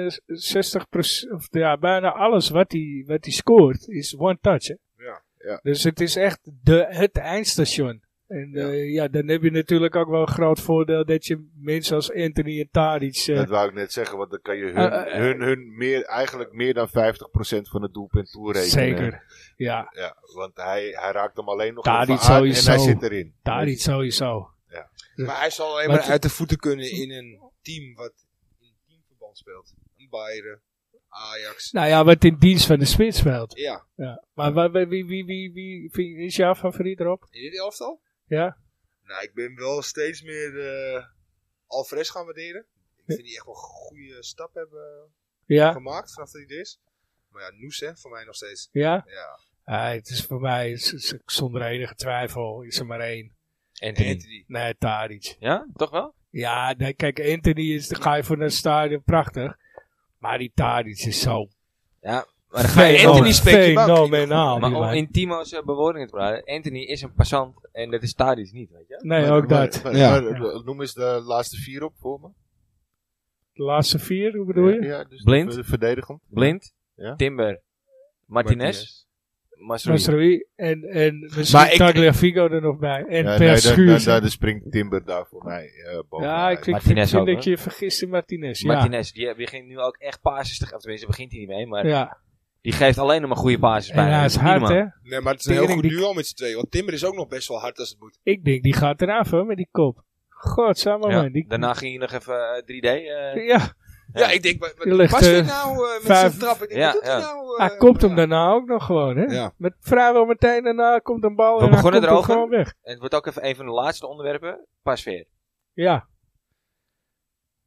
60%, of ja, bijna alles wat hij scoort is one touch. Hè? Ja. Dus het is echt het eindstation. En dan heb je natuurlijk ook wel een groot voordeel dat je mensen als Anthony en Tadic... Dat wou ik net zeggen, want dan kan je eigenlijk meer dan 50% van het doelpunt toerekenen. Zeker, ja. Ja, want hij raakt hem alleen nog Tadic even aan sowieso. en hij zit erin. Tadic sowieso. Maar hij zal alleen Maar maar uit de voeten kunnen in een team wat in teamverband speelt. Een Bayern, Ajax. Nou ja, wat in dienst van de spits speelt. Ja. Ja. Maar wie is jouw favoriet erop? In dit elftal? Ja? Nou, ik ben wel steeds meer Alvarez gaan waarderen. Ik vind die echt wel een goede stap hebben Ja? gemaakt vanaf dat hij er is. Maar ja, Noes hè, voor mij nog steeds. Ja? Ja. Het is voor mij, zonder enige twijfel, is er maar 1. Anthony. Nee, Tadic. Ja, toch wel? Ja, nee, kijk, Anthony ga je voor naar het stadion, prachtig. Maar die Tadic is zo Ja, maar dan ga je Anthony spreken. fenomenaal. Maar die om man. in Timo's bewoordingen te praten, Anthony is een passant en dat is Tadic niet, weet je? Nee, ook dat. Maar noem eens de laatste 4 op voor me. De laatste 4, hoe bedoel je? Ja, dus Blind. Verdedigend. Blind, Ja. Timber, Martinez, Masrui. Masrui en Maar misschien ik- Tagliafico er nog bij. En Ja, Per nee, Schuurs. daar springt Timber daar voor mij bovenaan. Ja, ik Martinez vind ook, dat hè? je vergist in Martinez. Martinez, die begint nu ook echt passes te geven. Tenminste, begint hij niet mee, maar Ja. die geeft alleen nog maar goede passes bij. En hij is Niet hard, normaal. hè? Nee, maar het is een heel Tering, goed die- duo met z'n tweeën. Want Timber is ook nog best wel hard als het moet. Ik denk, die gaat eraf, hoor, met die kop. Godsamme, Ja, man. daarna ging hij nog even 3D. Ja, Ja, ik denk, Die ligt, was dit nou met 5 zijn trap? Ik denk, Ja, wat doet hij ja. nou? hij komt hem daarna ook nog gewoon, hè? Ja. Met vrijwel meteen daarna komt een bal We en hij begonnen komt hem erover. gewoon weg. En het wordt ook even een van de laatste onderwerpen. Pasveer. Ja.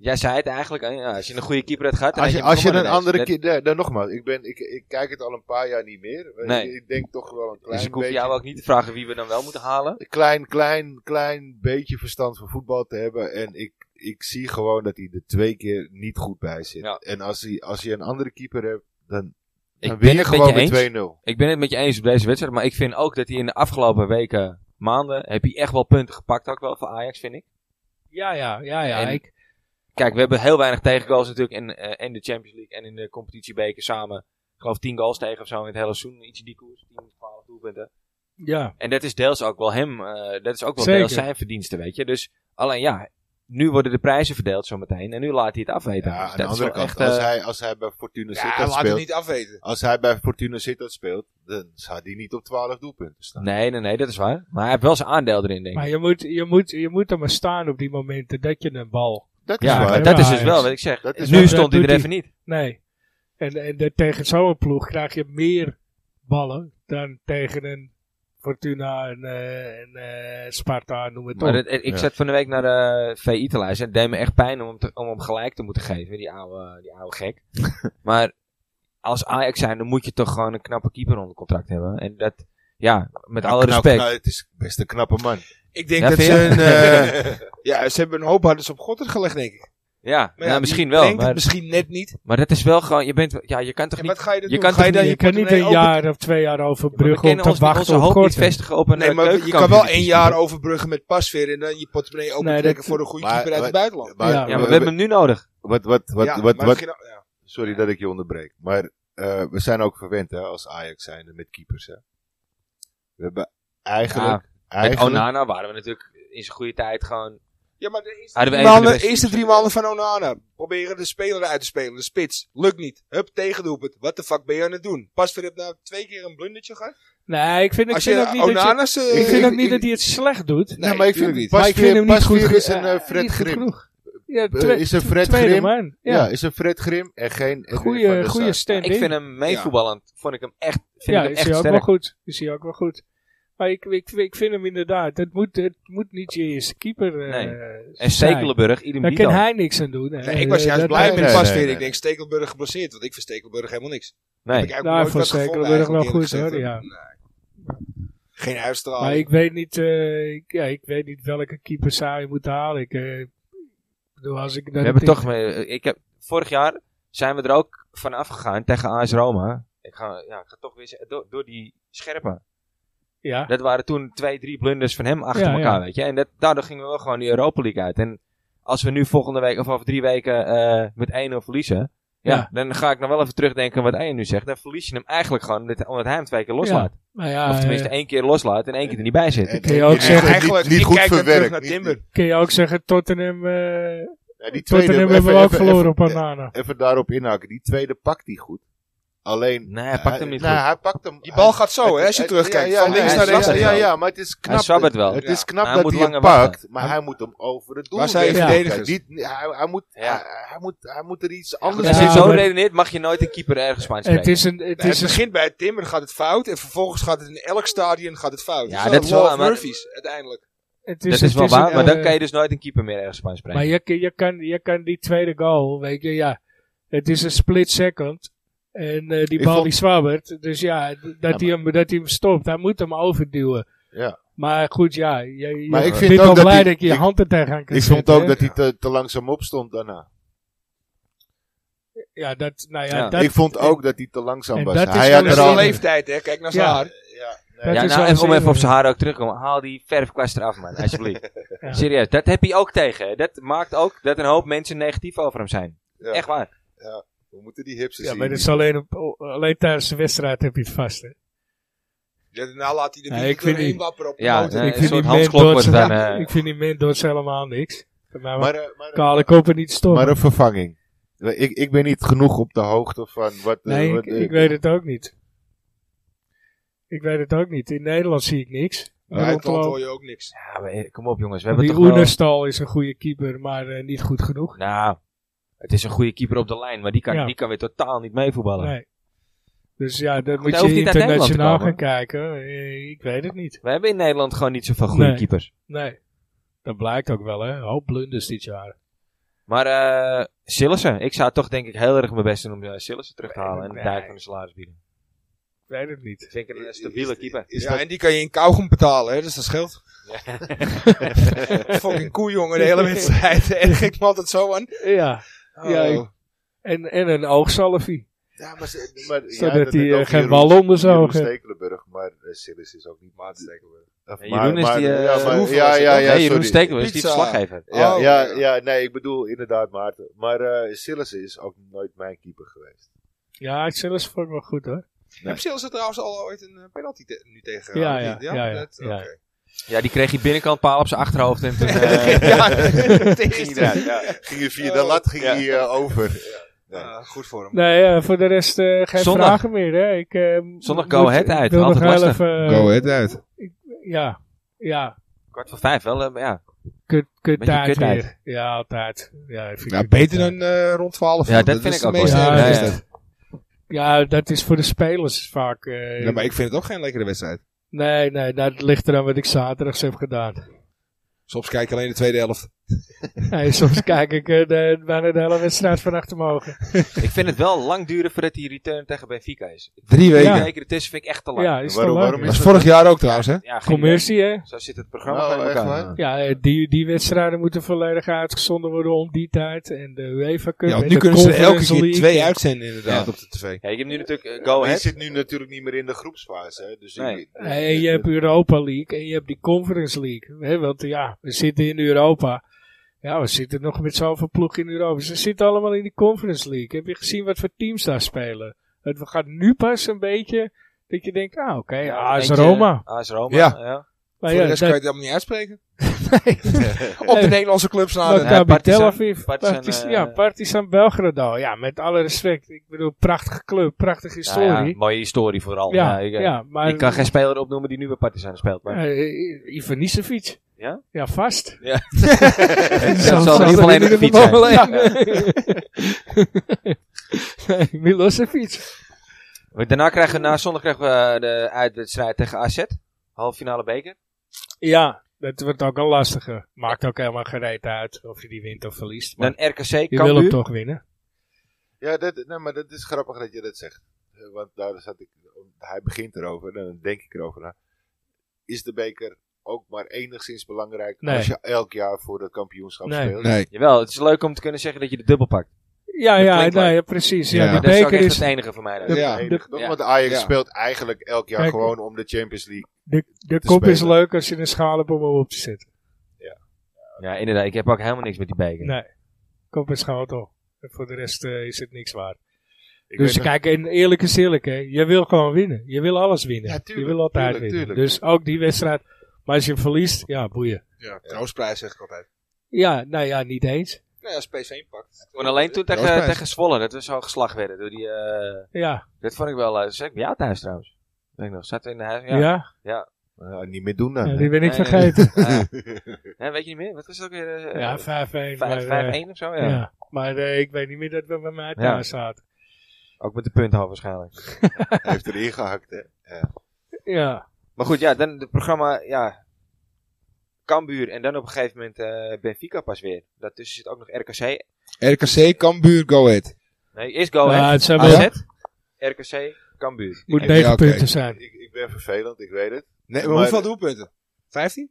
Jij zei het eigenlijk, als je een goede keeper hebt gehad... Als je een andere keer... Dan nogmaals, ik kijk het al een paar jaar niet meer. Nee. Ik denk toch wel een klein beetje... Dus ik hoef jou ook niet te vragen wie we dan wel moeten halen. Klein beetje verstand van voetbal te hebben. En ik zie gewoon dat hij er 2 keer niet goed bij zit. Ja. En als je een andere keeper hebt, dan Ik win je gewoon met 2-0. Ik ben het met je eens op deze wedstrijd. Maar ik vind ook dat hij in de afgelopen weken, maanden... heb hij echt wel punten gepakt ook wel voor Ajax, vind ik. Ja. En- Kijk, we hebben heel weinig tegengoals natuurlijk in de Champions League en in de competitiebeker samen. Ik geloof 10 goals tegen of zo in het hele seizoen. Iets in die koers, 10, 12 doelpunten. Ja. En dat is deels ook wel hem, dat is ook wel Zeker. deels zijn verdienste, weet je. Dus alleen ja, nu worden de prijzen verdeeld zometeen en nu laat hij het afweten. Ja, Dus aan dat de is andere wel kant, echt, als hij bij Fortuna Ja, Sittard laat het speelt... niet afweten. Als hij bij Fortuna Sittard speelt, dan zou hij niet op 12 doelpunten staan. Nee, dat is waar. Maar hij heeft wel zijn aandeel erin, denk ik. Maar je moet er maar staan op die momenten dat je een bal... Dat is Ja, waar. maar dat is dus Ajax. wel wat ik zeg. Dat is Nu waar. stond hij Dat er doet even niet. Nee. En tegen zo'n ploeg krijg je meer ballen dan tegen een Fortuna en Sparta, noem het Maar op. ik zat van de week naar de VI te luisteren. Het deed me echt pijn om hem gelijk te moeten geven, die oude gek. Maar als Ajax zijn, dan moet je toch gewoon een knappe keeper onder contract hebben. En dat, ja, met alle respect. Het is best een knappe man. Ik denk Ja, dat vind ze ze hebben een hoop harders op God gelegd, denk ik. Ja, Maar nou, misschien die wel. denkt het Maar, misschien net niet. maar dat is wel gewoon, je kan toch En niet... wat ga je dan je doen? kan Ga je toch dan niet- Je kan niet portemonnee een open- jaar of 2 jaar we overbruggen om kunnen te onze wachten op hoop niet God. vestigen op een Nee, maar je kan wel keukenkampioen. 1 jaar overbruggen met pasveer en dan je portemonnee Nee, opentrekken dat- voor een goede Maar- keeper uit het maar- buitenland. Maar, Ja, Ja, maar we hebben hem nu nodig. Sorry dat ik je onderbreek. Maar we zijn ook verwend als Ajax zijnde met keepers. Hè. We hebben eigenlijk... Met Onana waren we natuurlijk in zijn goede tijd gewoon... Ja, maar de Hadden we een van de beste eerste 3 keepers. maanden van Onana. Proberen de speler uit te spelen. De spits. Lukt niet. Hup, tegendoelpunt. Wat de fuck ben je aan het doen? Pasveer heeft nou 2 keer een blundertje gehad. Nee, ik vind Als ook je niet dat je... Onana's... Ik vind ook niet dat hij het slecht doet. Nee, maar ik vind tuurlijk niet. Maar ik vind hem niet goed Pasveer is ge- een Fred niet goed Grim. genoeg. Ja, Is een Fred tweede Grim. man. Ja, Ja, is een Fred Grim en geen Edwin van goede der Sar. stand-in. Ik vind hem meevoetballend, vond ik hem echt, vind Ja, ik hem is echt hij ook sterk. wel goed. Is hij ook wel goed. Maar ik vind hem inderdaad. Het moet niet je eerste keeper Nee. zijn. En Stekelenburg, idem Daar dito. kan hij niks aan doen. Nee, ik was juist Dat- blij nee, met nee, Pasveer. nee. Ik denk Stekelburg geblesseerd. Want ik vind Stekelburg helemaal niks. Nee. Heb ik eigenlijk Nou, nooit voor wat gevonden, Stekelburg wel eigenlijk, goed, eerlijk hoor, gezegd. Nee. Geen uitstraling. Maar ik weet niet, ik weet niet welke keeper zou je moeten halen. Ik bedoel, als ik We hebben toch vorig jaar zijn we er ook van afgegaan tegen AS Roma. Ik ga toch weer zeggen, door die scherpe. Ja, Dat waren toen 2-3 blunders van hem achter Ja, elkaar, ja. weet je. En daardoor gingen we wel gewoon die Europa League uit. En als we nu volgende week of over 3 weken met 1-0 verliezen, Ja. dan ga ik nog wel even terugdenken wat Ian nu zegt. Dan verlies je hem eigenlijk gewoon omdat hij hem 2 keer loslaat. maar ja, Of tenminste 1 keer loslaat en 1 keer er niet bij zit. En- kun je ook en- zeggen- en eigenlijk, niet ik goed kijk dan terug verwerkt. naar Niet- Timber. kun je ook zeggen Tottenham, Ja, die Tottenham tweede, hebben we ook even- verloren op even- Onana. Even daarop inhaken. Die tweede pakt hij goed. Alleen... Nee, hij pakt hem niet nee, goed. hij pakt hem... Die bal gaat zo, hè, als je terugkijkt. Van links naar rechts. Ja, maar het is knap. Hij zwabbert wel. Het Ja. is knap Hij dat moet hij hem langer pakt, wachten. maar hij moet hem over het doel Waar zijn je wegkijken. verdedigers? Niet- hij moet er iets anders Als Ja, je zo maar- redeneert, mag je nooit een keeper ergens van spreken. Het is een, Het begint bij Timber, gaat het fout. En vervolgens gaat het in elk stadion gaat het fout. Ja, Dus dat is law wel- of maar- Murphy's, uiteindelijk. het Dat is wel waar, een, maar dan kan je dus nooit een keeper meer ergens van spreken. Maar je kan die tweede goal, weet je, ja. Het is een split second. En die Ik bal vond- die zwabbert. Dus ja, dat hij hem stopt. Hij moet hem overduwen. Ja. Maar goed, ja. Je Maar ik bent vind wel ook dat blij hij- dat je je ik- hand er tegenaan kan Ik vond zetten, ook hè. dat hij te langzaam opstond daarna. Ja, dat, nou ja, Ja. dat... Ik vond ook dat hij te langzaam en was. dat is Hij wel had Dat er is al... een leeftijd, hè. Kijk naar zijn Ja. haar. dat Ja, is nou, wel even om zeker. even op zijn haar ook terug te komen. Haal die verfkwast eraf, man. Alsjeblieft. Ja. Serieus, dat heb je ook tegen. Hè. Dat maakt ook dat een hoop mensen negatief over hem zijn. Ja. Echt waar. We moeten die hipsters Ja, zien. maar dat is alleen tijdens de wedstrijd heb je het vast, hè. Ja, daarna laat hij de Nee, wind ik vind doorheen die- wapperen op de Ja, motor. nee, ik een vind soort die Hans-Klok wordt het Mendoza- dan, ik vind die Mendoza helemaal niks. Maar Maar kale koppen niet stoppen. maar een vervanging. Ik ben niet genoeg op de hoogte van wat... Nee, wat, ik weet het ook niet. Ik weet het ook niet. In Nederland zie ik niks. Buitenland hoor je ook niks. Ja, maar, kom op jongens. We Want hebben die toch wel... Oenerstal is een goede keeper, maar niet goed genoeg. Nou, het is een goede keeper op de lijn. Maar die kan weer totaal niet meevoetballen. Nee. Dus ja, dan Goed, moet hij je hoeft niet uit Nederland te internationaal gaan komen. kijken. Ik weet het niet. We hebben in Nederland gewoon niet zoveel goede Nee. keepers. Nee. Dat blijkt ook wel, hè. Een hoop blunders dit jaar. Maar Sillissen, ik zou toch denk ik heel erg mijn best doen om Sillissen terug te halen. En de dijk van de salaris bieden. Ik weet het niet. Vind ik een stabiele keeper. En die kan je in kauwgom betalen, hè, dus dat scheelt. Ja. Fucking koe, jongen, de hele wedstrijd. En ik me altijd zo aan. Ja. Oh. En een oogsalvie. Ja, Zodat hij geen bal onder zijn ogen. Stekelenburg, maar Sillissen is ook niet maat Stekelenburg. Jeroen is die... Jeroen Stekelenburg is die verslaggever. Nee, ik bedoel inderdaad Maarten. Maar Sillissen is ook nooit mijn keeper geweest. Ja, Sillissen vond ik wel goed hoor. Heb Sillissen trouwens al ooit een penalty nu tegen? Ja. Okay. Ja, die kreeg hij binnenkant paal op zijn achterhoofd en toen... Ging hij via de lat over. Goed voor hem. Nee, voor de rest geen Zondag. vragen meer. Hè. Zondag Go Ahead uit. Wil nog Altijd heel lastig. even, Go Ahead uit. Ja. 4:45 wel, ja. Kut Beetje tijd kuttijd. weer. Ja, altijd. Ja, vind ik Ja, kut beter tijd. dan rond 12. Ja, dat vind is ik de ook meeste wel. Ja, eerste ja. wedstrijd. Ja, dat is voor de spelers vaak. Ja, maar ik vind het ook geen lekkere wedstrijd. Nee, dat ligt eraan wat ik zaterdags heb gedaan. Soms kijk ik alleen de tweede helft. Nee, soms kijk ik bijna de hele wedstrijd van achter mogen. Ik vind het wel lang duren voordat die return tegen Benfica is. 3 weken. Ja. 3 weken ertussen vind ik echt te lang. Ja, is Waarom- toch leuk? waarom Dat was vorig jaar ook trouwens, hè? Ja, geen Commercie, hè? idee. Zo zit het programma Oh, gewoon in echt elkaar. waar? Ja, die wedstrijden moeten volledig uitgezonden worden om die tijd. En de UEFA Cup Ja, want en nu de kunnen ze er elke Conference keer League. 2 uitzenden inderdaad Ja. op de tv. Ja, ik heb nu natuurlijk Go Maar je Ahead. zit nu natuurlijk niet meer in de groepsfase. Hè? Dus Nee. En je hebt Europa League en je hebt die Conference League. Hè? Want ja, we zitten in Europa. Ja, we zitten nog met zoveel ploegen in Europa. Ze zitten allemaal in die Conference League. Heb je gezien wat voor teams daar spelen? Het gaat nu pas een beetje dat je denkt, AS Roma. AS Roma, Ja. ja. Maar Voor ja, de rest dat- kan je het helemaal niet uitspreken. nee. Op de Nederlandse clubs na. Maccabi Partizan. Tel Aviv. Partizan, Partizan Belgrado. Ja, met alle respect. Ik bedoel, prachtige club, prachtige historie. Nou ja, mooie historie vooral. Ja, maar... Ik kan geen speler opnoemen die nu bij Partizan speelt. Maar... Ivan Nisevic. Ja? Ja, vast. Ja. Dat Dat zal er in ieder geval één op de fiets zijn. Nee, Milosevic. Na zondag krijgen we de uitwedstrijd tegen AZ. Halve finale beker. Ja, dat wordt ook een lastige. Maakt ook helemaal geen reet uit of je die wint of verliest. Maar Dan RKC, je wil hem Cambuur. toch winnen. Ja, maar dat is grappig dat je dat zegt. Want daar zat hij begint erover, dan denk ik erover na. Is de beker ook maar enigszins belangrijk Nee. als je elk jaar voor het kampioenschap Nee. speelt? Nee. Jawel, het is leuk om te kunnen zeggen dat je de dubbel pakt. Ja, klinkt nee, leuk. precies. Ja. Ja, de Dat is ook beker echt is... het enige voor mij. de- Ja. Ja. Want Ajax Ja. speelt eigenlijk elk jaar Kijk, gewoon om de Champions League. De te kop is spelen. leuk als je een schaal hebt om hem op te zetten. Ja, inderdaad. Ik heb ook helemaal niks met die beker. Nee, kop is schotel. En voor de rest is het niks waard. Ik Dus weet nog- kijk, en eerlijk is eerlijk, hè. Je wil gewoon winnen. Je wil alles winnen. Ja, tuurlijk, je wil altijd tuurlijk, winnen. tuurlijk. Dus ook die wedstrijd. Maar als je hem verliest, ja, boeien. Ja, troostprijs zeg ik altijd. Ja, nou ja, niet eens. Nou ja, als PSV pakt. Maar alleen toen tegen Zwolle, dat we zo geslagen werden. Door die, Ja, dat vond ik wel... dat zei ik bij jou thuis trouwens. Weet ik nog, zaten we in de huis? ja. niet meer doen dan. Ja, hè? die ben ik Nee, vergeten. Ja, weet je niet meer? Wat was het ook weer? Ja, 5-1. maar, 5-1 of zo? Ja. ja. Maar ik weet niet meer dat we bij mij thuis zaten. Ook met de punthoofd waarschijnlijk. Hij heeft erin gehakt, hè. Ja. Ja. Maar goed, ja, dan het programma, ja... Cambuur en dan op een gegeven moment Benfica pas weer. Daartussen zit ook nog RKC. RKC, Cambuur, Go Ahead. Nee, eerst Go Maar Ahead, het zijn AZ, wel- RKC, Cambuur. Moet Ja, 9 oké. punten zijn. Ik ben vervelend, ik weet het. Nee, maar Maar- hoeveel doelpunten? 15?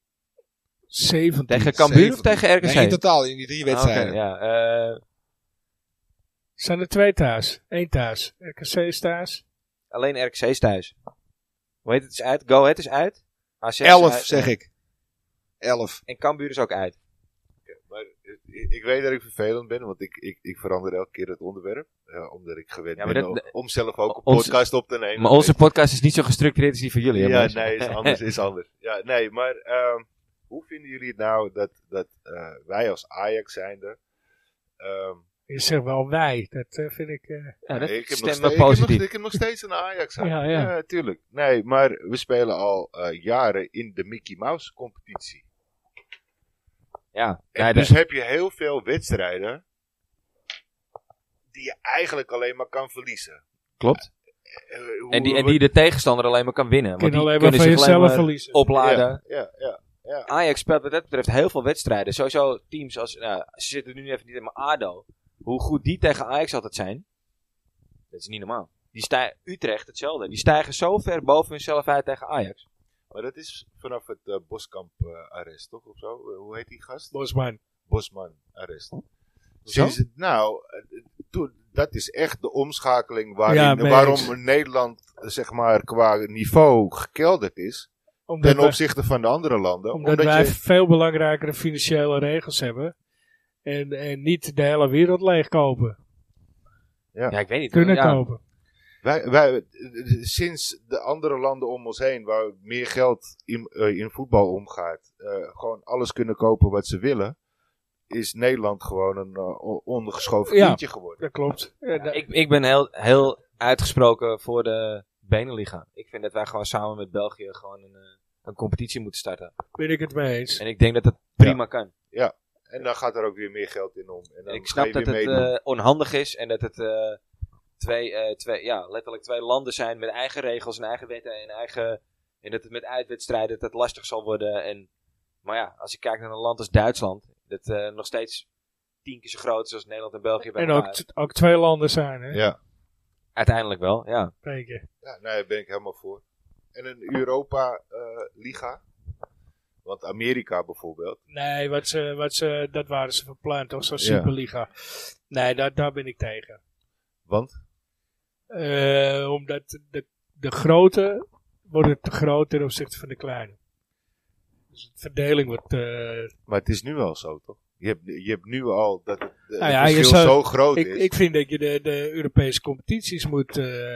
17. Tegen Cambuur of 17? tegen RKC? Nee, in totaal in die 3 wedstrijden. Oké, ja. Zijn er 2 thuis. 1 thuis. RKC is thuis. Alleen RKC is thuis. Hoe heet het? Is uit. Go Ahead is uit. AZ is 11 uit. zeg ik. 11. En Cambuur is ook uit. Maar ik weet dat ik vervelend ben, want ik verander elke keer het onderwerp. Omdat ik gewend Ja, maar ben dat- om zelf ook een onze- podcast op te nemen. Maar onze podcast is niet zo gestructureerd als die van jullie. hè, Ja, boys? nee, is anders. Ja, nee, maar hoe vinden jullie het nou dat wij als Ajax zijnde... Je zegt wel wij. Dat vind ik... Ja, dat ik heb stemt nog me steeds- positief. Ik heb nog steeds een Ajax aan. Ja, ja. Ja, tuurlijk. Nee, maar we spelen al jaren in de Mickey Mouse competitie. Ja, En nee, dus heb je heel veel wedstrijden die je eigenlijk alleen maar kan verliezen. klopt. Hoe- En die de tegenstander alleen maar kan winnen. Je Want kan die alleen maar kunnen van zich alleen jezelf maar verliezen. opladen. Ja. Ja. Ajax speelt wat dat betreft heel veel wedstrijden. Sowieso teams als, ze zitten nu even niet in, maar ADO. Hoe goed die tegen Ajax altijd zijn, dat is niet normaal. Utrecht hetzelfde. Die stijgen zo ver boven hunzelf uit tegen Ajax. Maar dat is vanaf het Boskamp-arrest, toch? Of zo? Hoe heet die gast? Bosman-arrest. Dat is echt de omschakeling waarom Nederland, zeg maar, qua niveau gekelderd is. Ten opzichte van de andere landen. Omdat wij veel belangrijkere financiële regels hebben. En niet de hele wereld leegkopen. Ja, ik weet niet. Kunnen kopen. Wij, sinds de andere landen om ons heen, waar meer geld in voetbal omgaat, gewoon alles kunnen kopen wat ze willen, is Nederland gewoon een ondergeschoven kindje geworden. Dat klopt. Ik ben heel uitgesproken voor de Beneliga. Ik vind dat wij gewoon samen met België gewoon een competitie moeten starten. Ben ik het mee eens. En ik denk dat dat prima kan. Ja, en dan gaat er ook weer meer geld in om. En dan ik snap dat het onhandig is en dat het letterlijk twee landen zijn met eigen regels en eigen wetten en dat het met uitwedstrijden dat lastig zal worden. Maar ja, als ik kijk naar een land als Duitsland, dat nog steeds 10 keer zo groot is als Nederland en België bij elkaar. En ook twee landen zijn, hè? Ja. Uiteindelijk wel, ja. Zeker. Ja, daar ben ik helemaal voor. En een Europa-liga. Want Amerika bijvoorbeeld. Nee, dat waren ze van plan, toch? Zo'n Superliga. Nee, daar ben ik tegen. Want? Omdat de grote worden te groot ten opzichte van de kleine. Dus de verdeling wordt... Maar het is nu al zo, toch? Je hebt nu al dat het verschil zo groot is. Ik vind dat je de Europese competities moet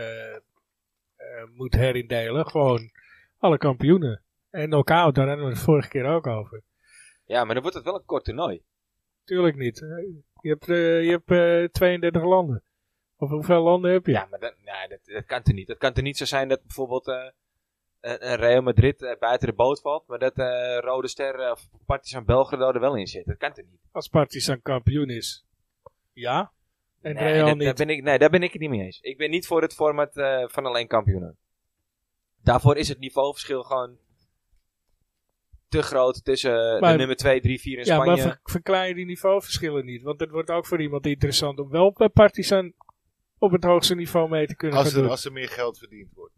herindelen. Gewoon alle kampioenen. En knock-out, daar hadden we het vorige keer ook over. Ja, maar dan wordt het wel een kort toernooi. Tuurlijk niet. Je hebt 32 landen. Of hoeveel landen heb je? Ja, maar dat kan er niet. Het kan er niet zo zijn dat bijvoorbeeld een Real Madrid buiten de boot valt, maar dat Rode Ster of Partizan Belgrado er wel in zit. Dat kan er niet. Als Partizan kampioen is. Ja. En Real niet. Daar ben ik het niet mee eens. Ik ben niet voor het format van alleen kampioenen. Daarvoor is het niveauverschil gewoon te groot tussen de nummer 2, 3, 4 in Spanje. Ja, maar verklein je die niveauverschillen niet. Want het wordt ook voor iemand interessant om wel bij Partizan op het hoogste niveau mee te kunnen gaan doen. Als er meer geld verdiend wordt.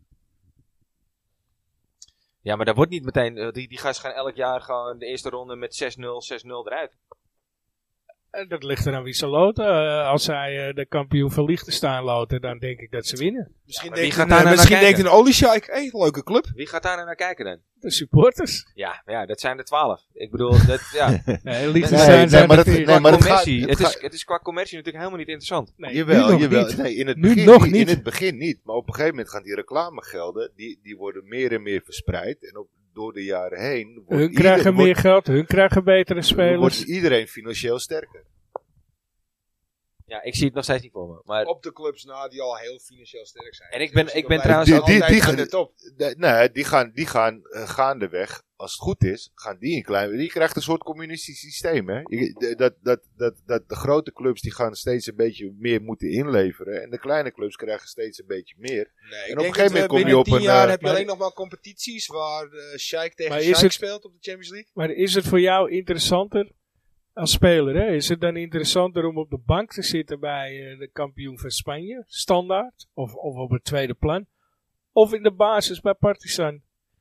Ja, maar daar wordt niet meteen... Die gasten gaan elk jaar gewoon de eerste ronde met 6-0 eruit. En dat ligt er aan wie ze loten. Als zij de kampioen van Liechtenstein loten, dan denk ik dat ze winnen. Misschien denkt een oliesjeik, leuke club. Wie gaat daar naar kijken dan? De supporters. Ja, dat zijn er 12. Ik bedoel, dat, ja. Nee, Liechtenstein zijn er 4. Het is qua commercie natuurlijk helemaal niet interessant. Nee, jawel. Nee, in het begin niet. Maar op een gegeven moment gaan die reclamegelden, die worden meer en meer verspreid. En door de jaren heen... Hun krijgen meer geld, hun krijgen betere spelers. Wordt iedereen financieel sterker. Ja, ik zie het nog steeds niet voor me. Maar op de clubs na die al heel financieel sterk zijn. En ik ben trouwens die gaan de top. Nee, die gaan gaandeweg, als het goed is, gaan die in klein. Die krijgt een soort communistisch systeem, hè? Dat de grote clubs die gaan steeds een beetje meer moeten inleveren en de kleine clubs krijgen steeds een beetje meer. Nee, en op een gegeven moment kom je op 10 jaar heb je alleen nog maar competities waar Schalke tegen Schalke speelt op de Champions League. Maar is het voor jou interessanter als speler, hè? Is het dan interessanter om op de bank te zitten bij de kampioen van Spanje, standaard, of op het tweede plan, of in de basis bij Partizan,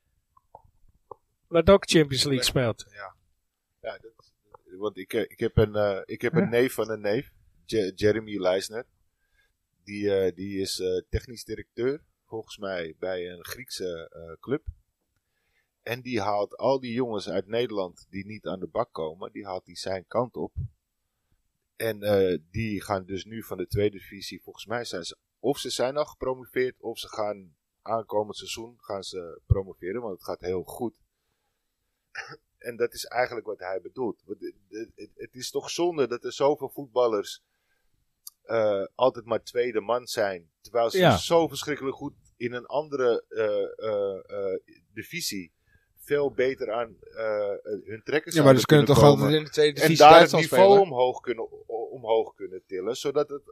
wat ook Champions League speelt? Ja, want ik heb een neef van een neef, Jeremy Leisner, die is technisch directeur, volgens mij, bij een Griekse club. En die haalt al die jongens uit Nederland die niet aan de bak komen, die haalt die zijn kant op. En die gaan dus nu van de tweede divisie, volgens mij ze zijn al gepromoveerd, of ze gaan aankomend seizoen gaan ze promoveren, want het gaat heel goed. En dat is eigenlijk wat hij bedoelt. Het is toch zonde dat er zoveel voetballers altijd maar tweede man zijn, terwijl ze zo verschrikkelijk goed in een andere divisie veel beter aan hun trekkers. Ja, maar ze kunnen toch altijd in de tweede divisie en daar het niveau omhoog kunnen tillen, zodat het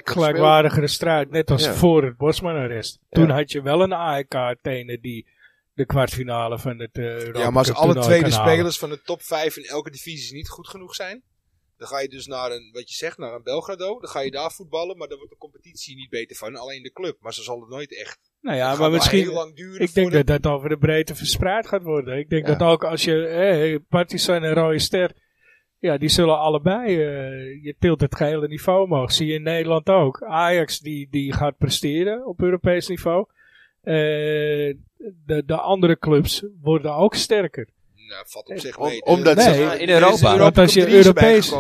gelijkwaardigere strijd, net als voor het Bosman-arrest. Toen had je wel een AEK Athene die de kwartfinale van het Europa Ja, maar als Cup alle toernooi tweede kan halen. spelers van de top 5 in elke divisie niet goed genoeg zijn, dan ga je dus naar naar een Belgrado. Dan ga je daar voetballen, maar dan wordt de competitie niet beter van. Alleen de club. Maar zo zal het nooit echt. Nou ja, Het maar gaat wel misschien... heel lang duren. Ik denk dat dat over de breedte verspreid gaat worden. Ik denk dat ook als je... Partizan en Rode Ster... Ja, die zullen allebei... je tilt het gehele niveau omhoog. Zie je in Nederland ook. Ajax die gaat presteren op Europees niveau. De andere clubs worden ook sterker. Nou, valt op zich mee. Omdat ze in Europa. Want als je Europees...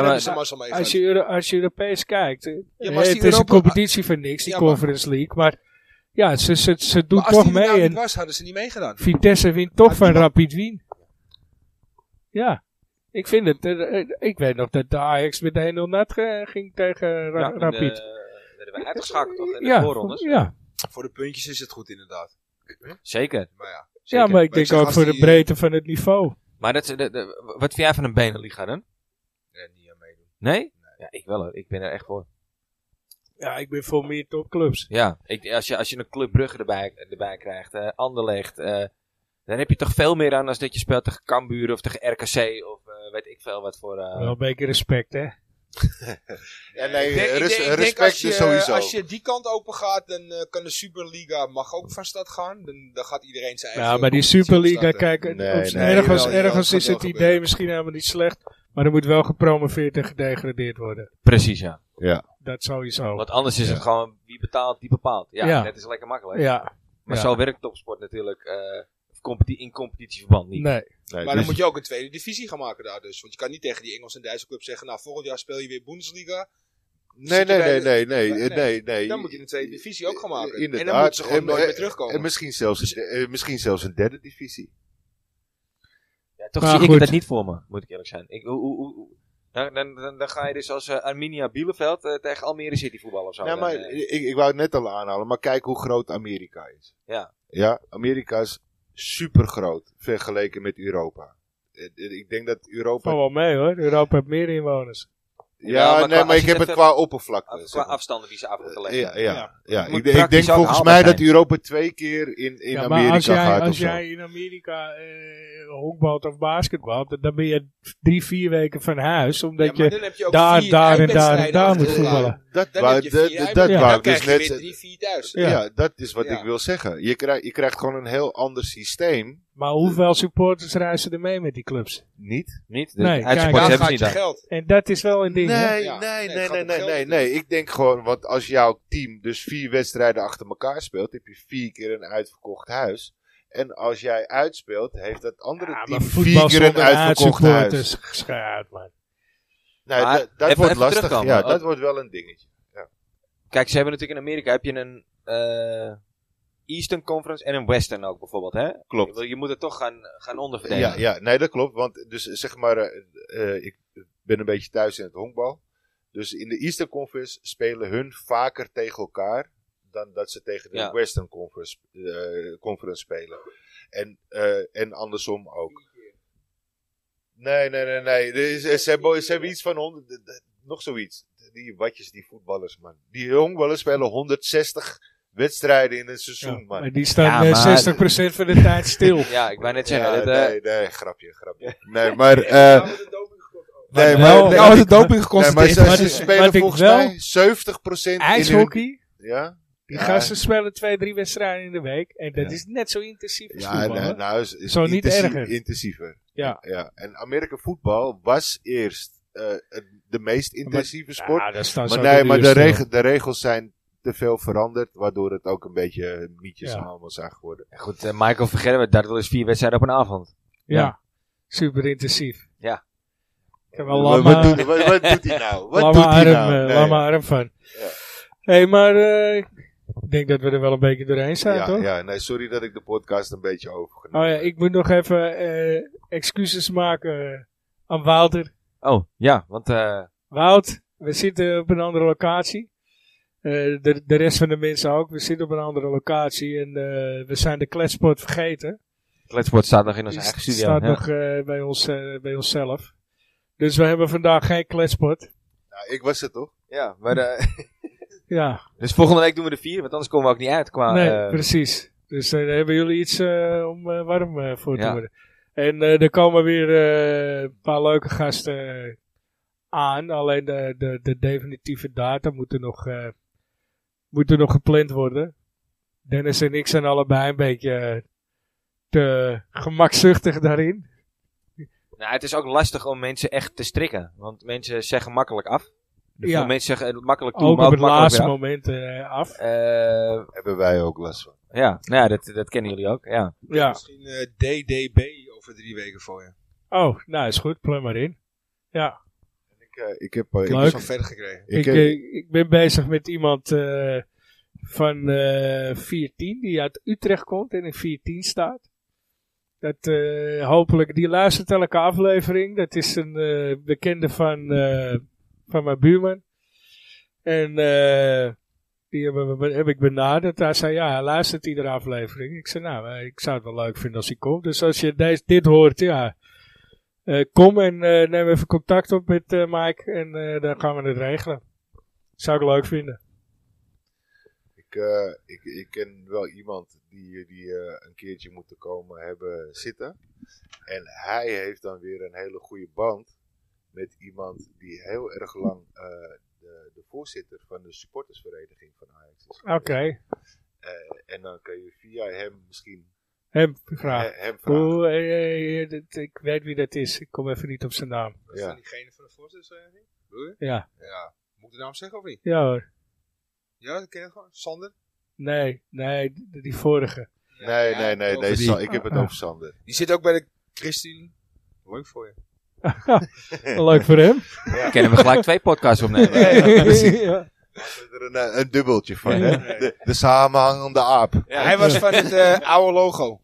Als je Europees kijkt... het is een competitie van niks, die Conference League. Maar ja, ze doen toch mee. Als die en was, hadden ze niet meegedaan. Vitesse wint toch van Rapid Wien. Ja. Ik vind het... ik weet nog dat de Ajax met 1-0 nat ging tegen Rapid. Werden we uitgeschakeld toch? In de voorrondes. Ja. Voor de puntjes is het goed inderdaad. Zeker. Maar ja. Ja, maar ik denk ook voor de breedte van het niveau. Maar wat vind jij van een Beneliga dan? Niet aan meedoen. Nee? Ja, ik wel hoor. Ik ben er echt voor. Ja, ik ben voor meer topclubs. Ja, als je een Club Brugge erbij krijgt, Anderlecht, dan heb je toch veel meer aan als dat je speelt tegen Cambuur of tegen RKC of weet ik veel wat voor... Wel een beetje respect, hè? Ja, nee, Ik denk respect is sowieso. Als je die kant open gaat, dan kan de Superliga mag ook van stad gaan. Dan gaat iedereen zijn eigen... Ja, maar die Superliga, kijk, ergens is het gebeuren. idee misschien helemaal niet slecht. Maar er moet wel gepromoveerd en gedegradeerd worden. Precies, ja. Ja. Dat sowieso. Want anders is het gewoon wie betaalt, die bepaalt. Ja, dat is lekker makkelijk. Ja. Maar zo werkt topsport natuurlijk in competitieverband niet. Nee. Maar dus dan moet je ook een tweede divisie gaan maken daar dus. Want je kan niet tegen die Engelse en Duitse club zeggen, nou volgend jaar speel je weer Bundesliga. Nee. Dan moet je een tweede divisie ook gaan maken. Inderdaad. En dan moeten ze gewoon nooit meer terugkomen. En misschien zelfs een derde divisie. Ja, toch Maar zie ik goed. dat niet voor me, moet ik eerlijk zijn. Dan ga je dus als Arminia Bielefeld tegen Almere City voetballen of zo. Ja, maar ik wou het net al aanhalen, maar kijk hoe groot Amerika is. Ja. Ja, Amerika is super groot vergeleken met Europa. Ik denk dat Europa... Val wel mee hoor. Europa heeft meer inwoners. Maar ik heb het qua oppervlakte. Qua afstanden die ze af moeten leggen. Ja. Moet Ik denk praktisch ook volgens haalbaar mij zijn. dat Europa 2 keer in Amerika gaat of Als zo. jij in Amerika honkbalt of basketbalt, dan ben je 3-4 weken van huis. Omdat maar je dan heb je ook daar vier moet voetballen. Dat Dan wou heb je 4 dat dan wou ik krijg dus je net weer zeggen. 3-4 thuis. Ja, dat is wat Ja. ik wil zeggen. Je krijgt gewoon een heel ander systeem. Maar hoeveel supporters reizen er mee met die clubs? Niet? Niet? Nee, Uitsporters kijk, hebben ze gaat niet je daar. geld. En dat is wel een ding. hè? Nee. Ik denk gewoon, want als jouw team dus 4 wedstrijden achter elkaar speelt, heb je 4 keer een uitverkocht huis. En als jij uitspeelt, heeft dat andere Ja, team maar 4 voetbal keer een zonder uitverkocht huis. uitsupporters, schuit man. Nee, Maar dat even wordt lastig. terugkomen. Ja, dat wordt wel een dingetje. Kijk, ze hebben natuurlijk in Amerika heb je een Eastern Conference en een Western ook bijvoorbeeld, hè? Klopt. Je moet het toch gaan onderverdelen. Ja, nee, dat klopt. Want dus zeg maar, ik ben een beetje thuis in het honkbal. Dus in de Eastern Conference spelen hun vaker tegen elkaar dan dat ze tegen de Western Conference spelen. En andersom ook. Nee. Ze hebben iets van 100, nog zoiets. Die watjes, die voetballers, man. Die honkballers spelen 160 wedstrijden in een seizoen, man. Maar die staan 60% van de tijd stil. Ja, ik wou net zeggen. Ja, nee, grapje. Nee, maar... de doping geconstateerd. maar ze spelen volgens mij 70% IJshockey. Ja? Die gasten spelen 2-3 wedstrijden in de week. En dat is net zo intensief als voetbal. Is zo niet erger. Intensiever. Ja. En Amerika voetbal was eerst de meest intensieve sport. Ja, dat staan maar de regels zijn te veel veranderd, waardoor het ook een beetje mietjes allemaal zijn geworden. Ja, goed, Michael Vergerwe, dat is 4 wedstrijden op een avond. Ja, super intensief. Ja. Wat doet hij nou? Laat maar arm van. Ja. Hé, maar ik denk dat we er wel een beetje doorheen zijn, toch? Ja, nee, sorry dat ik de podcast een beetje overgenomen. Oh ja, ik moet nog even excuses maken aan Wouter. Oh, ja, want... Wout, we zitten op een andere locatie. De rest van de mensen ook. We zitten op een andere locatie en we zijn de kletspot vergeten. Kletspot staat nog in onze eigen Die studio. staat nog bij onszelf. Dus we hebben vandaag geen kletspot. Nou, ik was het toch? Ja, maar... Ja. Dus volgende week doen we de 4, want anders komen we ook niet uit qua... Nee, precies. Dus daar hebben jullie iets om warm voor te Ja. worden. En er komen weer een paar leuke gasten aan. Alleen de definitieve data moeten nog gepland worden. Dennis en ik zijn allebei een beetje te gemakzuchtig daarin. Nou, het is ook lastig om mensen echt te strikken. Want mensen zeggen makkelijk af. Ja. Veel mensen zeggen het makkelijk toe, Ook maar op ook het makkelijk laatste weer af. moment af. Hebben wij ook last van. Ja, nou ja, dat kennen jullie ook. Ja. Ja. Misschien DDB over 3 weken voor je. Oh, nou is goed. Plan maar in. Ja. Ik heb Ik heb Leuk. dus al verder gekregen. Ik ben bezig met iemand van 410 die uit Utrecht komt en in 410 staat. Dat hopelijk, die luistert elke aflevering. Dat is een bekende van mijn buurman. En die heb ik benaderd. Hij zei, ja, hij luistert iedere aflevering. Ik zei, nou, ik zou het wel leuk vinden als hij komt. Dus als je dit hoort, ja, kom en neem even contact op met Mike. En dan gaan we het regelen. Zou ik leuk vinden. Ik ken wel iemand die een keertje moet komen hebben zitten. En hij heeft dan weer een hele goede band met iemand die heel erg lang de voorzitter van de supportersvereniging van Ajax is. Oké. En dan kun je via hem misschien Hem vragen. hem vragen. Ik weet wie dat is. Ik kom even niet op zijn naam. Dat is Ja. dan diegene van de voorzittersvereniging? Bedoel je? Ja. Ja. Moet ik de naam zeggen of niet? Ja hoor. Ja, dat ken je gewoon. Sander? Nee, die vorige. Nee, over die. Ik heb het over Sander. Die zit ook bij de ChristenUnie. Leuk voor je. Leuk voor hem. Kennen we gelijk 2 podcasts opnemen. Ja. Er een dubbeltje van, hè? De samenhangende aap. Ja, Hij was van het oude logo.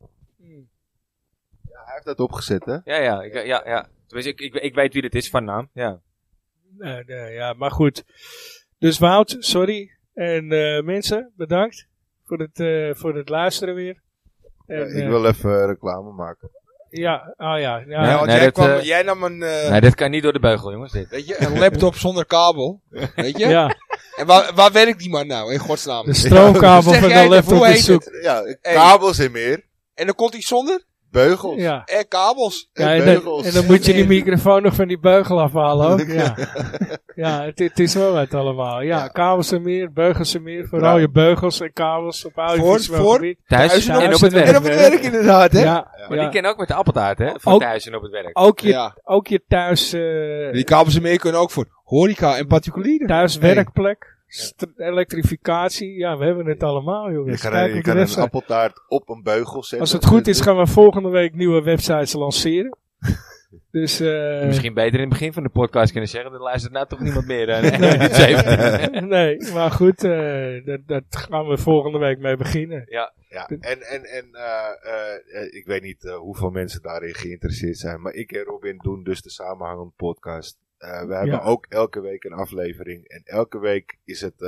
Hij heeft dat opgezet, hè? Ja. Tenminste, ik weet wie dit is van naam. Ja. Nee, ja, maar goed. Dus Wout, sorry. En mensen, bedankt voor het luisteren weer. En, Ik wil even reclame maken. Ja, oh ja. Ja, want nee, jij nam een, Nee, dit kan niet door de beugel, jongens. Dit. weet je, een laptop zonder kabel. Weet je? Ja, En waar werkt die man nou, in godsnaam? de stroomkabel Zeg van jij de dat, laptop hoe is heet zoek. het? Ja, kabels en meer. En dan komt hij zonder? Beugels. Ja. En kabels. Ja, En beugels. en dan moet je die microfoon nog van die beugel afhalen ook. Ja, ja het is wel wat allemaal. Ja, kabels en meer, beugels en meer. Vooral je beugels en kabels op audiovisueel voor? gebied. Thuis en en op het werk. En op het werk inderdaad, hè? Ja, Maar ja. die kennen ook met de appeltaart, hè? Van Ook- thuis en op het werk. Ja. Ook je thuis, Die kabels en meer kunnen ook voor horeca en particulieren. thuiswerkplek, elektrificatie. Ja, we hebben het allemaal, Je jongens. kan, Kijk je op de kan een website. appeltaart op een beugel zetten. Als het goed is, gaan we volgende week nieuwe websites lanceren. Dus, Misschien beter in het begin van de podcast kunnen zeggen. Dan luistert nou toch niemand meer. Nee. nee, maar goed, dat gaan we volgende week mee beginnen. Ja, en ik weet niet hoeveel mensen daarin geïnteresseerd zijn. Maar ik en Robin doen dus de samenhangende podcast. We hebben ook elke week een aflevering. En elke week is het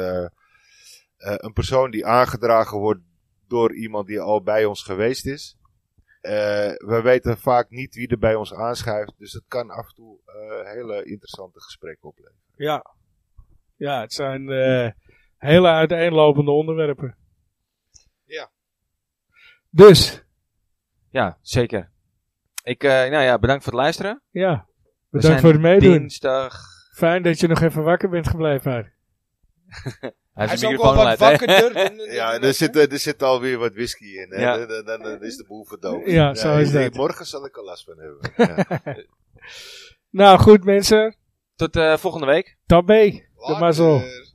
een persoon die aangedragen wordt door iemand die al bij ons geweest is. We weten vaak niet wie er bij ons aanschuift. Dus het kan af en toe hele interessante gesprekken opleveren. Ja, het zijn hele uiteenlopende onderwerpen. Ja. Dus, Ja, zeker. Bedankt voor het luisteren. ja, We bedankt zijn voor het meedoen. Dinsdag. Fijn dat je nog even wakker bent gebleven. Hij Hij heeft is zijn ook wel microfoon wat uit, hè? wakkerder. Ja, er zit alweer wat whisky in. Hè? Ja. Dan is de boel verdoofd. Ja, zo is dat. Morgen zal ik er last van hebben. Ja. Nou goed mensen, Tot volgende week. tabé, de mazzel. Later.